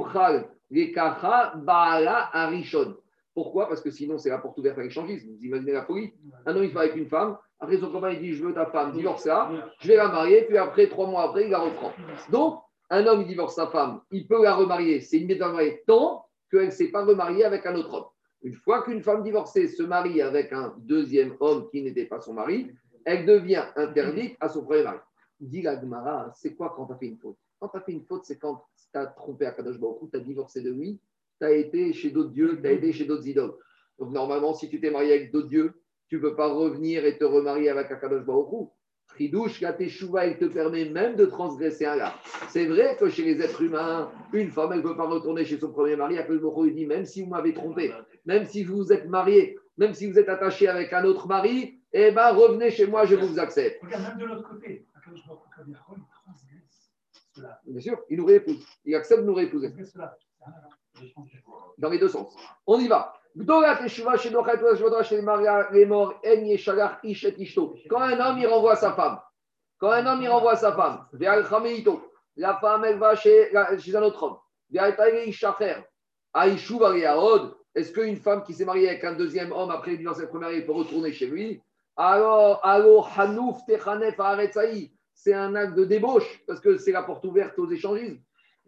Speaker 1: Pourquoi? Parce que sinon, c'est la porte ouverte à l'échangisme. Vous imaginez la folie. Un homme, il fait avec une femme. Après, son copain, il dit, je veux ta femme, divorce-la, je vais la marier. Puis après, 3 mois après, il la reprend. Donc, un homme, il divorce sa femme. Il peut la remarier. C'est une méthode tant qu'elle ne s'est pas remariée avec un autre homme. Une fois qu'une femme divorcée se marie avec un deuxième homme qui n'était pas son mari, elle devient interdite à son premier mari. Dit la Gemara, c'est quoi quand tu as fait une faute? Quand tu as fait une faute, c'est quand tu as trompé Akadosh Baruch Hu, tu as divorcé de lui, tu as été chez d'autres dieux, tu as été chez d'autres idoles. Donc normalement, si tu t'es marié avec d'autres dieux, tu ne peux pas revenir et te remarier avec Akadosh Baruch Hu. Chidouche, la teshuva, elle te permet même de transgresser un lard. C'est vrai que chez les êtres humains, une femme, elle ne peut pas retourner chez son premier mari. Après, le dit, même si vous m'avez trompé, même si vous êtes marié, même si vous êtes attaché avec un autre mari, eh ben, revenez chez moi, je vous accepte.
Speaker 6: Regarde, même de l'autre côté, il transgresse cela.
Speaker 1: Bien sûr, il nous réépouse. Il accepte de nous réépouser. Dans les deux sens. On y va. Quand un homme, il renvoie sa femme. La femme, elle va chez un autre homme. Est-ce qu'une femme qui s'est mariée avec un deuxième homme après le divorce de sa première, elle peut retourner chez lui? Alors, Hanouf Techanef Aretzaï, c'est un acte de débauche parce que c'est la porte ouverte aux échangismes.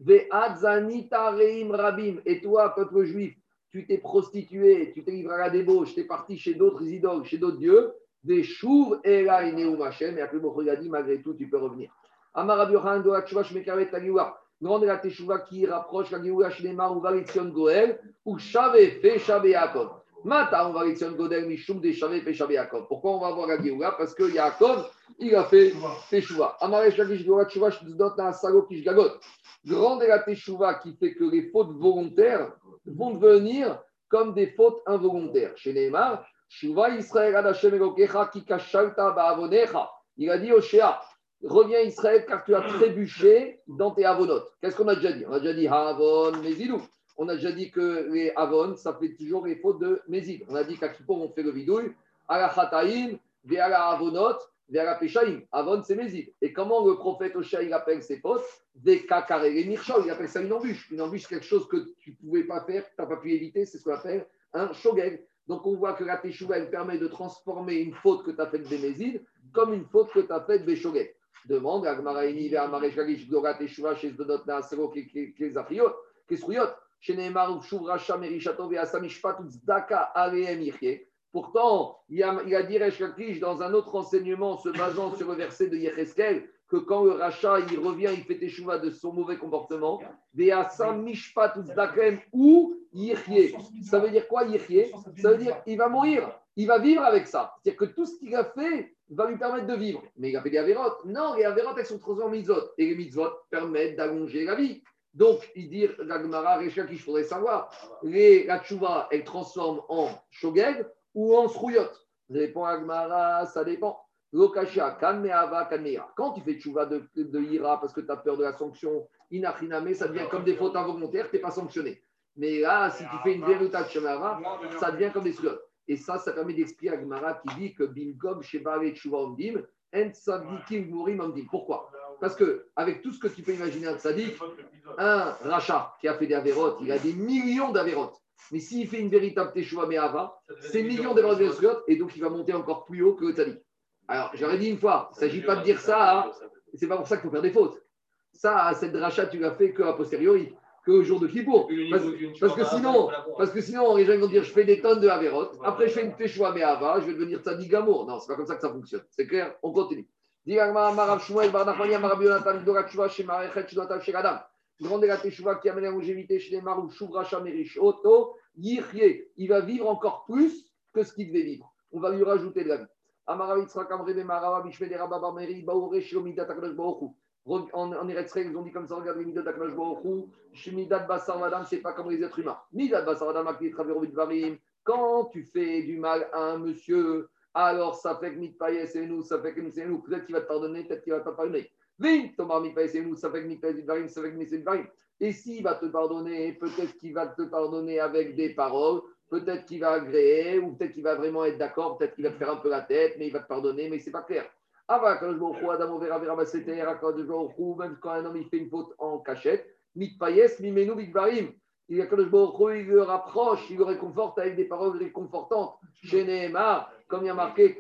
Speaker 1: Et toi, peuple juif, tu t'es prostitué, tu t'es livré à la débauche, tu es parti chez d'autres idoles, chez d'autres dieux. Des chouv et là, et après le a dit, malgré tout, tu peux revenir. Amar Yohan de la Tchouva, Shmekaret Tagiwa, grande la Teshuvah qui rapproche la Géoula Shnemar ou Valitzion Goel, ou Shavé fait Shavé Yaakov. Mata, on va Valitzion Goel, Mishum de Shavé fait Shavé Yaakov. Pourquoi on va voir la Géoula? Parce que Yaakov, il a fait Teshuvah. Amaresh Lagish Géoula Tchouva, Shdot na Salo Kishgagot. Grande la Teshuvah qui fait que les fautes volontaires vont devenir comme des fautes involontaires. Chez Neymar, Shuva Israël Adashem Elokecha ki kashalta ba'avonecha. Il a dit au Shea, reviens Israël car tu as trébuché dans tes avonotes. Qu'est-ce qu'on a déjà dit? On a déjà dit Havon, Mézidou. On a déjà dit que les Havon, ça fait toujours les fautes de Mézid. On a dit qu'à Kippour, on fait le vidouille, à la Chataïm, vers la Avonot, vers la Péchaïm. Havon, c'est Mézid. Et comment le prophète Oshéa, il appelle ses fautes? Des Kakaré et Mirchol. Il appelle ça une embûche. Une embûche, c'est quelque chose que tu ne pouvais pas faire, que tu n'as pas pu éviter. C'est ce qu'on appelle un shogeg. Donc, on voit que la Teshuvah, elle permet de transformer une faute que tu as faite des Mézid comme une faute que tu as faite des shogeg. Demande à Gmaraïni, vers Maréchagish, Dora Teshuvah, chez Zdodot Naasero, Kezafriot, Kesruyot, chez Neymar, Shuvracha, Merishato, Veasamishpat, Zdaka, Aleem, Yirke. Pourtant, il a dit Resh Lakish dans un autre enseignement, se basant sur le verset de Yecheskel, que quand le rachat il revient, il fait teshuvah de son mauvais comportement, Veasam Mishpat, Zdakem ou Yirke. Ça veut dire quoi, Yirke? Ça veut dire il va mourir, il va vivre avec ça. C'est-à-dire que tout ce qu'il a fait va lui permettre de vivre. Mais il a fait des avérotes. Non, les avérotes, elles sont transformées en mitzvot. Et les mitzvot permettent d'allonger la vie. Donc, il dit, la Gemara, Recha, qu'il faudrait savoir, la tchouva, elle transforme en shogeg ou en srouyot. Répond la Gemara, ça dépend. Lokasha, kanmeava, kanmeira. Quand tu fais tchouva de ira parce que tu as peur de la sanction, inachiname, ça devient comme des fautes involontaires, tu n'es pas sanctionné. Mais là, si tu fais une véritable tchouva, ça devient comme des srouyot. Et ça permet d'expliquer à Gemara qui dit que Bilgom, Sheba, et Tchouva, Omdim, En Tzadikim, Mourim, Omdim. Pourquoi? Parce que avec tout ce que tu peux imaginer un tzadik, un rachat qui a fait des avérotes, il a des millions d'avérotes. Mais s'il fait une véritable Teshuvah Me'ava, c'est millions d'avérotes et donc il va monter encore plus haut que le tzadik. Alors, j'aurais dit une fois, il ne s'agit pas de dire ça, hein, c'est pas pour ça qu'il faut faire des fautes. Ça, cette rachat, tu l'as fait qu'à posteriori, qu'au jour de Kippour. Parce que sinon, les gens vont dire je fais des tonnes de avérotes, après je fais une Teshuvah Me'ava, je vais devenir tzadik gamour. Non, c'est pas comme ça que ça fonctionne. C'est clair, on continue. Grande la teshuva qui amène la longévité chez les marous, Shuvracha Merish Oto, Yirye, il va vivre encore plus que ce qu'il devait vivre. On va lui rajouter de la vie. En Eretz ils ont dit comme ça, regarde les Midot d'Akadosh Baruch Hu, Shemidat Basar Vadam, c'est pas comme les êtres humains. Midat Basar Vadam, Akli Traverovit Varim, quand tu fais du mal à un monsieur, alors ça fait que mitpayes et nous, ça fait que nous, c'est nous. Peut-être qu'il va te pardonner, peut-être qu'il va te pardonner. Vin, Tomar mitpayes et nous, ça fait que mitpayes et varim, ça fait que mitpayes et varim. Et s'il va te pardonner, peut-être qu'il va te pardonner avec des paroles, peut-être qu'il va agréer, ou peut-être qu'il va vraiment être d'accord, peut-être qu'il va te faire un peu la tête, mais il va te pardonner, mais c'est pas clair. Même quand un homme il fait une faute en cachette, mitpayes, mimenu, mitvarim. Il le rapproche, il le réconforte avec des paroles réconfortantes. Chez Nehemar, comme il y a marqué,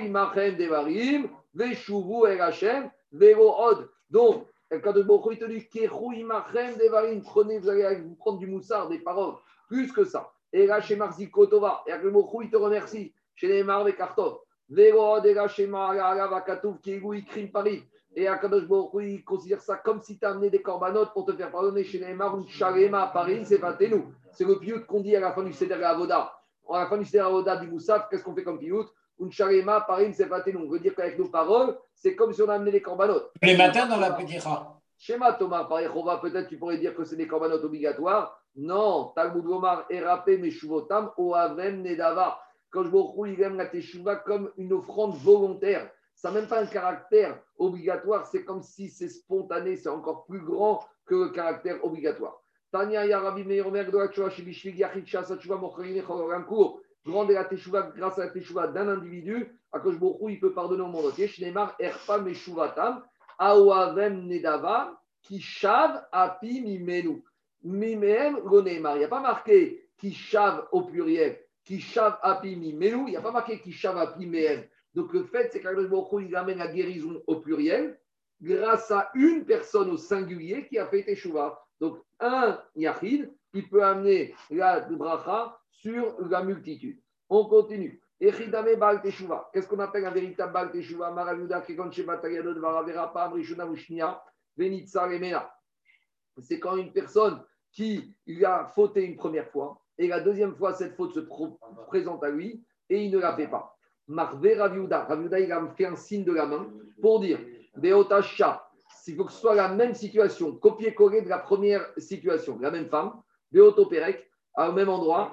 Speaker 1: donc, quand le Baruch Hu te dit, prenez, vous allez vous prendre du moussard, des paroles, plus que ça. Et là, chez Marzi Kotova, et le Baruch Hu, il te remercie. Chez Nehemar, Vekartov, Véro, et là, chez Maravakatov, qui est crime Paris. Et Akadosh Baruch Hu, il considère ça comme si tu as amené des corbanotes pour te faire pardonner chez Neymar ou Shalema à Paris, c'est pas nous. C'est le piout qu'on dit à la fin du Seder Avoda. À la fin du Seder Avoda du Moussaf, qu'est-ce qu'on fait comme piout? Uncharema, parim, c'est pas on veut dire qu'avec nos paroles, c'est comme si on a amené les corbanotes.
Speaker 2: Les matins dans la petite rat.
Speaker 1: Schéma Thomas, par Yehova, peut-être tu pourrais dire que c'est des corbanotes obligatoires. Non, Talmud Gomar, Erapé, Meshuvotam, Oavem, Nedava. Quand je vois il aime la Teshuva comme une offrande volontaire. Ça n'a même pas un caractère obligatoire, c'est comme si c'est spontané, c'est encore plus grand que le caractère obligatoire. Tania Yarabi Meir de la Tchouva, Shibishvig Yachid Shasa Tchouva, Mocharine, Chorankour. Grande la Teshuva grâce à la Teshuva d'un individu, à Kosh Borou, il peut pardonner au monde entier. Shnemar, Erpa, Meshuvatam, Aoavem, Nedava, Kishav, Api, Mimenu. Mimem, Gonemar. Il n'y a pas marqué Kishav au pluriel, Kishav, Api, Mimenu. Il n'y a pas marqué Kishav, Api, Mem. Donc le fait, c'est qu'Akadosh Baruch Hu, il amène la guérison au pluriel grâce à une personne au singulier qui a fait Teshuvah. Donc un Yachid, il peut amener la bracha sur la multitude. On continue. Echidame Baal Teshuvah. Qu'est-ce qu'on appelle un véritable Baal Teshuvah? Maravuda Kekon Shebatayadot Varavera Pam Rishuna Vushnia Venitsa Remena. C'est quand une personne qui il a fauté une première fois et la deuxième fois cette faute se présente à lui et il ne la fait pas. Marvé Raviuda, il a fait un signe de la main pour dire Beotasha, s'il faut que ce soit la même situation, copier-coller de la première situation, la même femme, Beotoperek, au même endroit,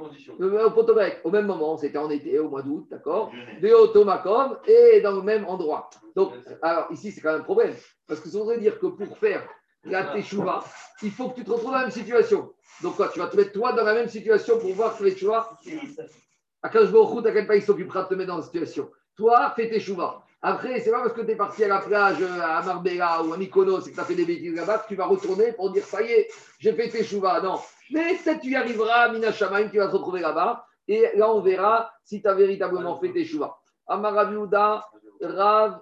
Speaker 1: au même moment, c'était en été, au mois d'août, d'accord, Beotomakom, et dans le même endroit. Donc, alors ici, c'est quand même un problème, parce que ça voudrait dire que pour faire la Teshuvah, il faut que tu te retrouves dans la même situation. Donc, quoi, tu vas te mettre toi dans la même situation pour voir que tu Teshuvah. Akadosh Baruch Hu, t'inquiète pas, il s'occupera de te mettre dans la situation. Toi, fais tes chouvas. Après, c'est pas parce que tu es parti à la plage, à Marbella ou à Mykonos et que tu as fait des bêtises là-bas que tu vas retourner pour dire ça y est, j'ai fait tes chouvas. Non. Mais peut-être tu y arriveras, Mina Shamaim, tu vas te retrouver là-bas. Et là, on verra si tu as véritablement fait tes chouvas. Amar Rav Rav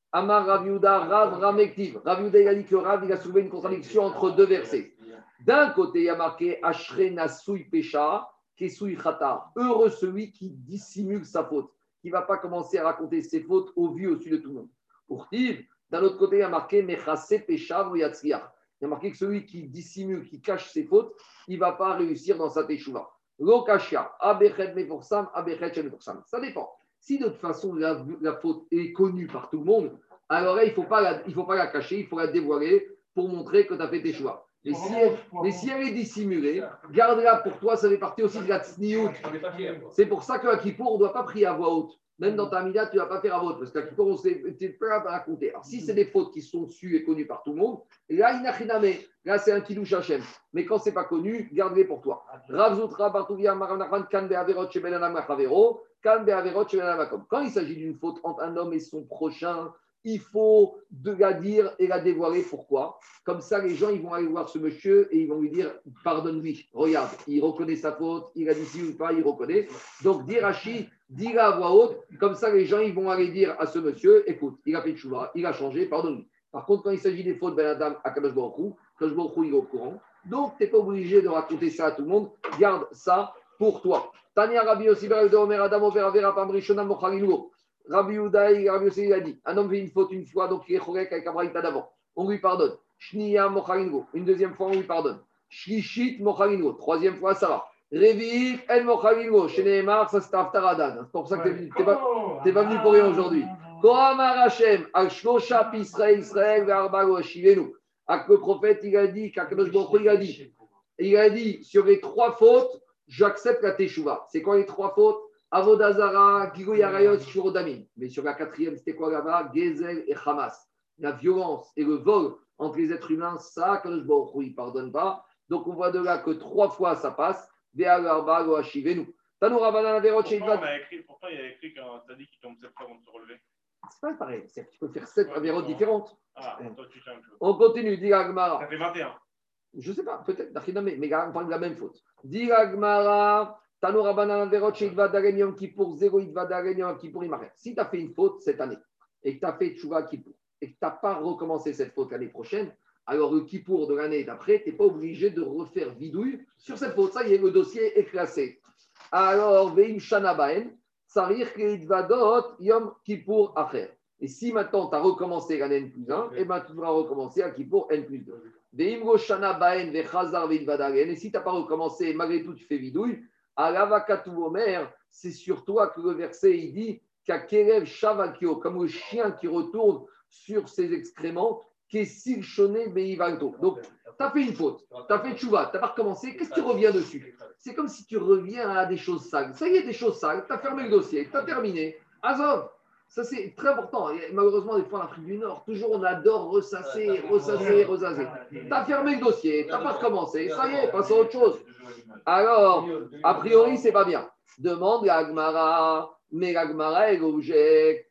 Speaker 1: Ramektiv. Rav Yehuda, il a dit que Rav, il a soulevé une contradiction entre deux versets. D'un côté, il y a marqué Ashre Nasui Pesha. Heureux celui qui dissimule sa faute, qui ne va pas commencer à raconter ses fautes au vu au-dessus de tout le monde. Pour Tiv, d'un autre côté, il y a marqué Mechase Peshav Yatzliach. Il y a marqué que celui qui dissimule, qui cache ses fautes, il ne va pas réussir dans sa teshuva. Lokashia, Abechet Meforsam, Abechet Meforsam. Ça dépend. Si de toute façon la faute est connue par tout le monde, alors là, il ne faut pas la cacher, il faut la dévoiler pour montrer que tu as fait teshuva. Mais si elle est dissimulée, garde-la pour toi, ça fait partie aussi de la tsniout. C'est pour ça qu'à Kippour, on ne doit pas prier à voix haute. Même dans ta mida, tu ne vas pas faire à voix haute, parce qu'à Kippour, on ne peut pas raconter. Alors si c'est des fautes qui sont sues et connues par tout le monde, là c'est un kiddush Hashem. Mais quand ce n'est pas connu, garde-les pour toi. Quand il s'agit d'une faute entre un homme et son prochain, il faut la dire et la dévoiler. Pourquoi? Comme ça, les gens ils vont aller voir ce monsieur et ils vont lui dire pardonne-lui. Regarde, il reconnaît sa faute, il a dit si ou pas, il reconnaît. Donc, dis Rashi, dis-la à voix haute. Comme ça, les gens ils vont aller dire à ce monsieur écoute, il a fait de chouva, il a changé, pardonne-lui. Par contre, quand il s'agit des fautes Ben Adam à Kadosh Baruch Hu, Kadosh Baruch Hu, il est au courant. Donc, tu n'es pas obligé de raconter ça à tout le monde. Garde ça pour toi. Tania Rabbi aussi, de Omer Adam, Over Avera Pam Rishona Mocharinu. Rabbi Yehuda, il a dit, un homme fait une faute une fois, donc il est chorek avec Abraïta d'avant. On lui pardonne. Shniya Mochalingo. Une deuxième fois, on lui pardonne. Shlishit Mochalingo. Troisième fois, ça va. Revi'it El Mochalingo. Chez Nehemar, ça c'est Aftaradan. C'est pour ça que tu n'es pas venu pour rien aujourd'hui. Kohamar Hashem, Al-Shlosha Israël, Israël, Verbago, Shivenu. Le prophète, il a dit, Kakadosh Baruch Hu, il a dit, sur les trois fautes, j'accepte la Teshuvah. C'est quoi les trois fautes? Avodazara, Gigoy Arayot, Shurodamim. Mais sur la quatrième, c'était quoi là-bas? Gezel et Hamas. La violence et le vol entre les êtres humains, ça, Kadosh Baruch Hu, il ne pardonne pas. Donc on voit de là que trois fois ça passe. Pourtant, il
Speaker 3: y a écrit qu'un tzaddik qui tombe 7 fois avant de se relever.
Speaker 1: C'est pas pareil. Tu peux faire 7 avérotes différentes.
Speaker 3: Ah, toi, tu fais un peu.
Speaker 1: On continue, dit Agmara.
Speaker 3: Ça fait 21.
Speaker 1: Je ne sais pas, peut-être, mais on parle de la même faute. Dit Agmara. Si tu as fait une faute cette année et que tu as fait Tchouva Kippour et que tu n'as pas recommencé cette faute l'année prochaine, alors le Kippour de l'année d'après, tu n'es pas obligé de refaire vidouille sur cette faute. Ça y est, le dossier est classé. Alors, Veim Shanabaen, Tsarir Keitvadot Yom Kippour Acher. Et si maintenant tu as recommencé l'année N+1, et ben tu devras recommencer à Kippour N+2. Veim Shanabaen Vechazar Veitvadagen. Et si tu n'as pas recommencé, malgré tout, tu fais vidouille. Alavakatou Omer, c'est sur toi que le verset il dit Kakerev Shavakio, comme le chien qui retourne sur ses excréments, Kessil Shoné Beivanto. Donc, tu as fait une faute, tu as fait tchouva, tu n'as pas recommencé, qu'est-ce que tu reviens dessus? C'est comme si tu reviens à des choses sales. Ça y est, des choses sales, tu as fermé le dossier, tu as terminé. Azov, ça c'est très important. Et malheureusement, des fois en Afrique du Nord, toujours on adore ressasser. Tu as fermé le dossier, tu n'as pas recommencé, ça y est, passe à autre chose. Alors, a priori, c'est pas bien. Demande la Agmara, mais la Agmara, elle objecte.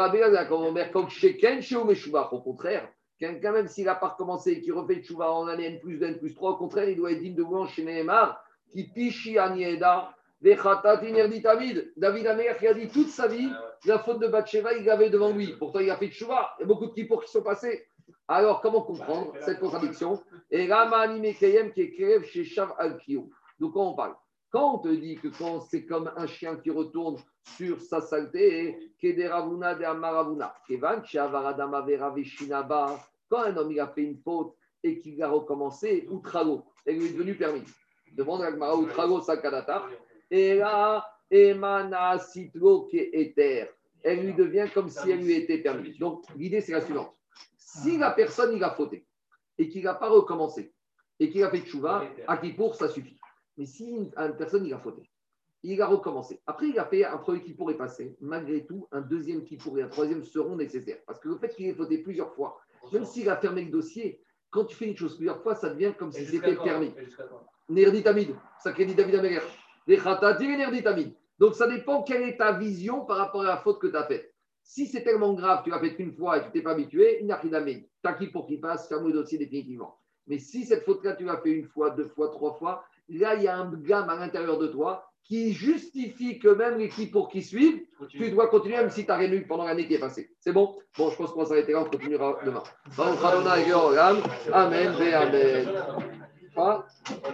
Speaker 1: Au contraire, quelqu'un, même s'il n'a pas recommencé et qui refait tchouva en année N+2, N+3, au contraire, il doit être digne de louange chez Nehemar, qui pichi anieda, vechatat inerditamid. David Amer qui a dit toute sa vie, la faute de Bathsheba, il l'avait devant lui. Pourtant, il a fait tchouva. Il y a beaucoup de kippours qui sont passés. Alors, comment comprendre cette contradiction? Et Rama Animekayem qui est Kerev chez Shav Al-Kiyou. Donc, quand on parle, quand on te dit que quand c'est comme un chien qui retourne sur sa saleté, Kederavuna de Amaravuna, Kevan, Chavaradama Veraveshinaba, quand un homme il a fait une faute et qu'il a recommencé, Outrago, elle lui est devenue permise. Demande à Gmara Outrago Sakadata, et là, Emana Sitlo qui est éther, elle lui devient comme si elle lui était permise. Donc, l'idée c'est la suivante. Si la personne il a fauté et qu'il n'a pas recommencé et qu'il a fait tchouva, à Kippour, ça suffit. Mais si une personne il a fauté, il a recommencé. Après, il a fait un premier kippour est passé. Malgré tout, un deuxième kippour et un troisième seront nécessaires. Parce que le fait qu'il ait fauté plusieurs fois, même s'il a fermé le dossier, quand tu fais une chose plusieurs fois, ça devient comme si c'était permis. Nerditamid, ça crée dit David Améler. Nerditamid. Donc, ça dépend quelle est ta vision par rapport à la faute que tu as faite. Si c'est tellement grave, tu l'as fait qu'une fois et tu ne t'es pas habitué, il n'a rien à mettre. T'as qui pour qu'il passe, ferme le dossier définitivement. Mais si cette faute-là, tu l'as fait une fois, deux fois, trois fois, là, il y a un gamme à l'intérieur de toi qui justifie que même l'équipe pour qui suivent, tu dois continuer même si tu n'as rien eu pendant l'année qui est passée. C'est bon? Bon, je pense qu'on va s'arrêter là, on continuera demain. Amen, amen.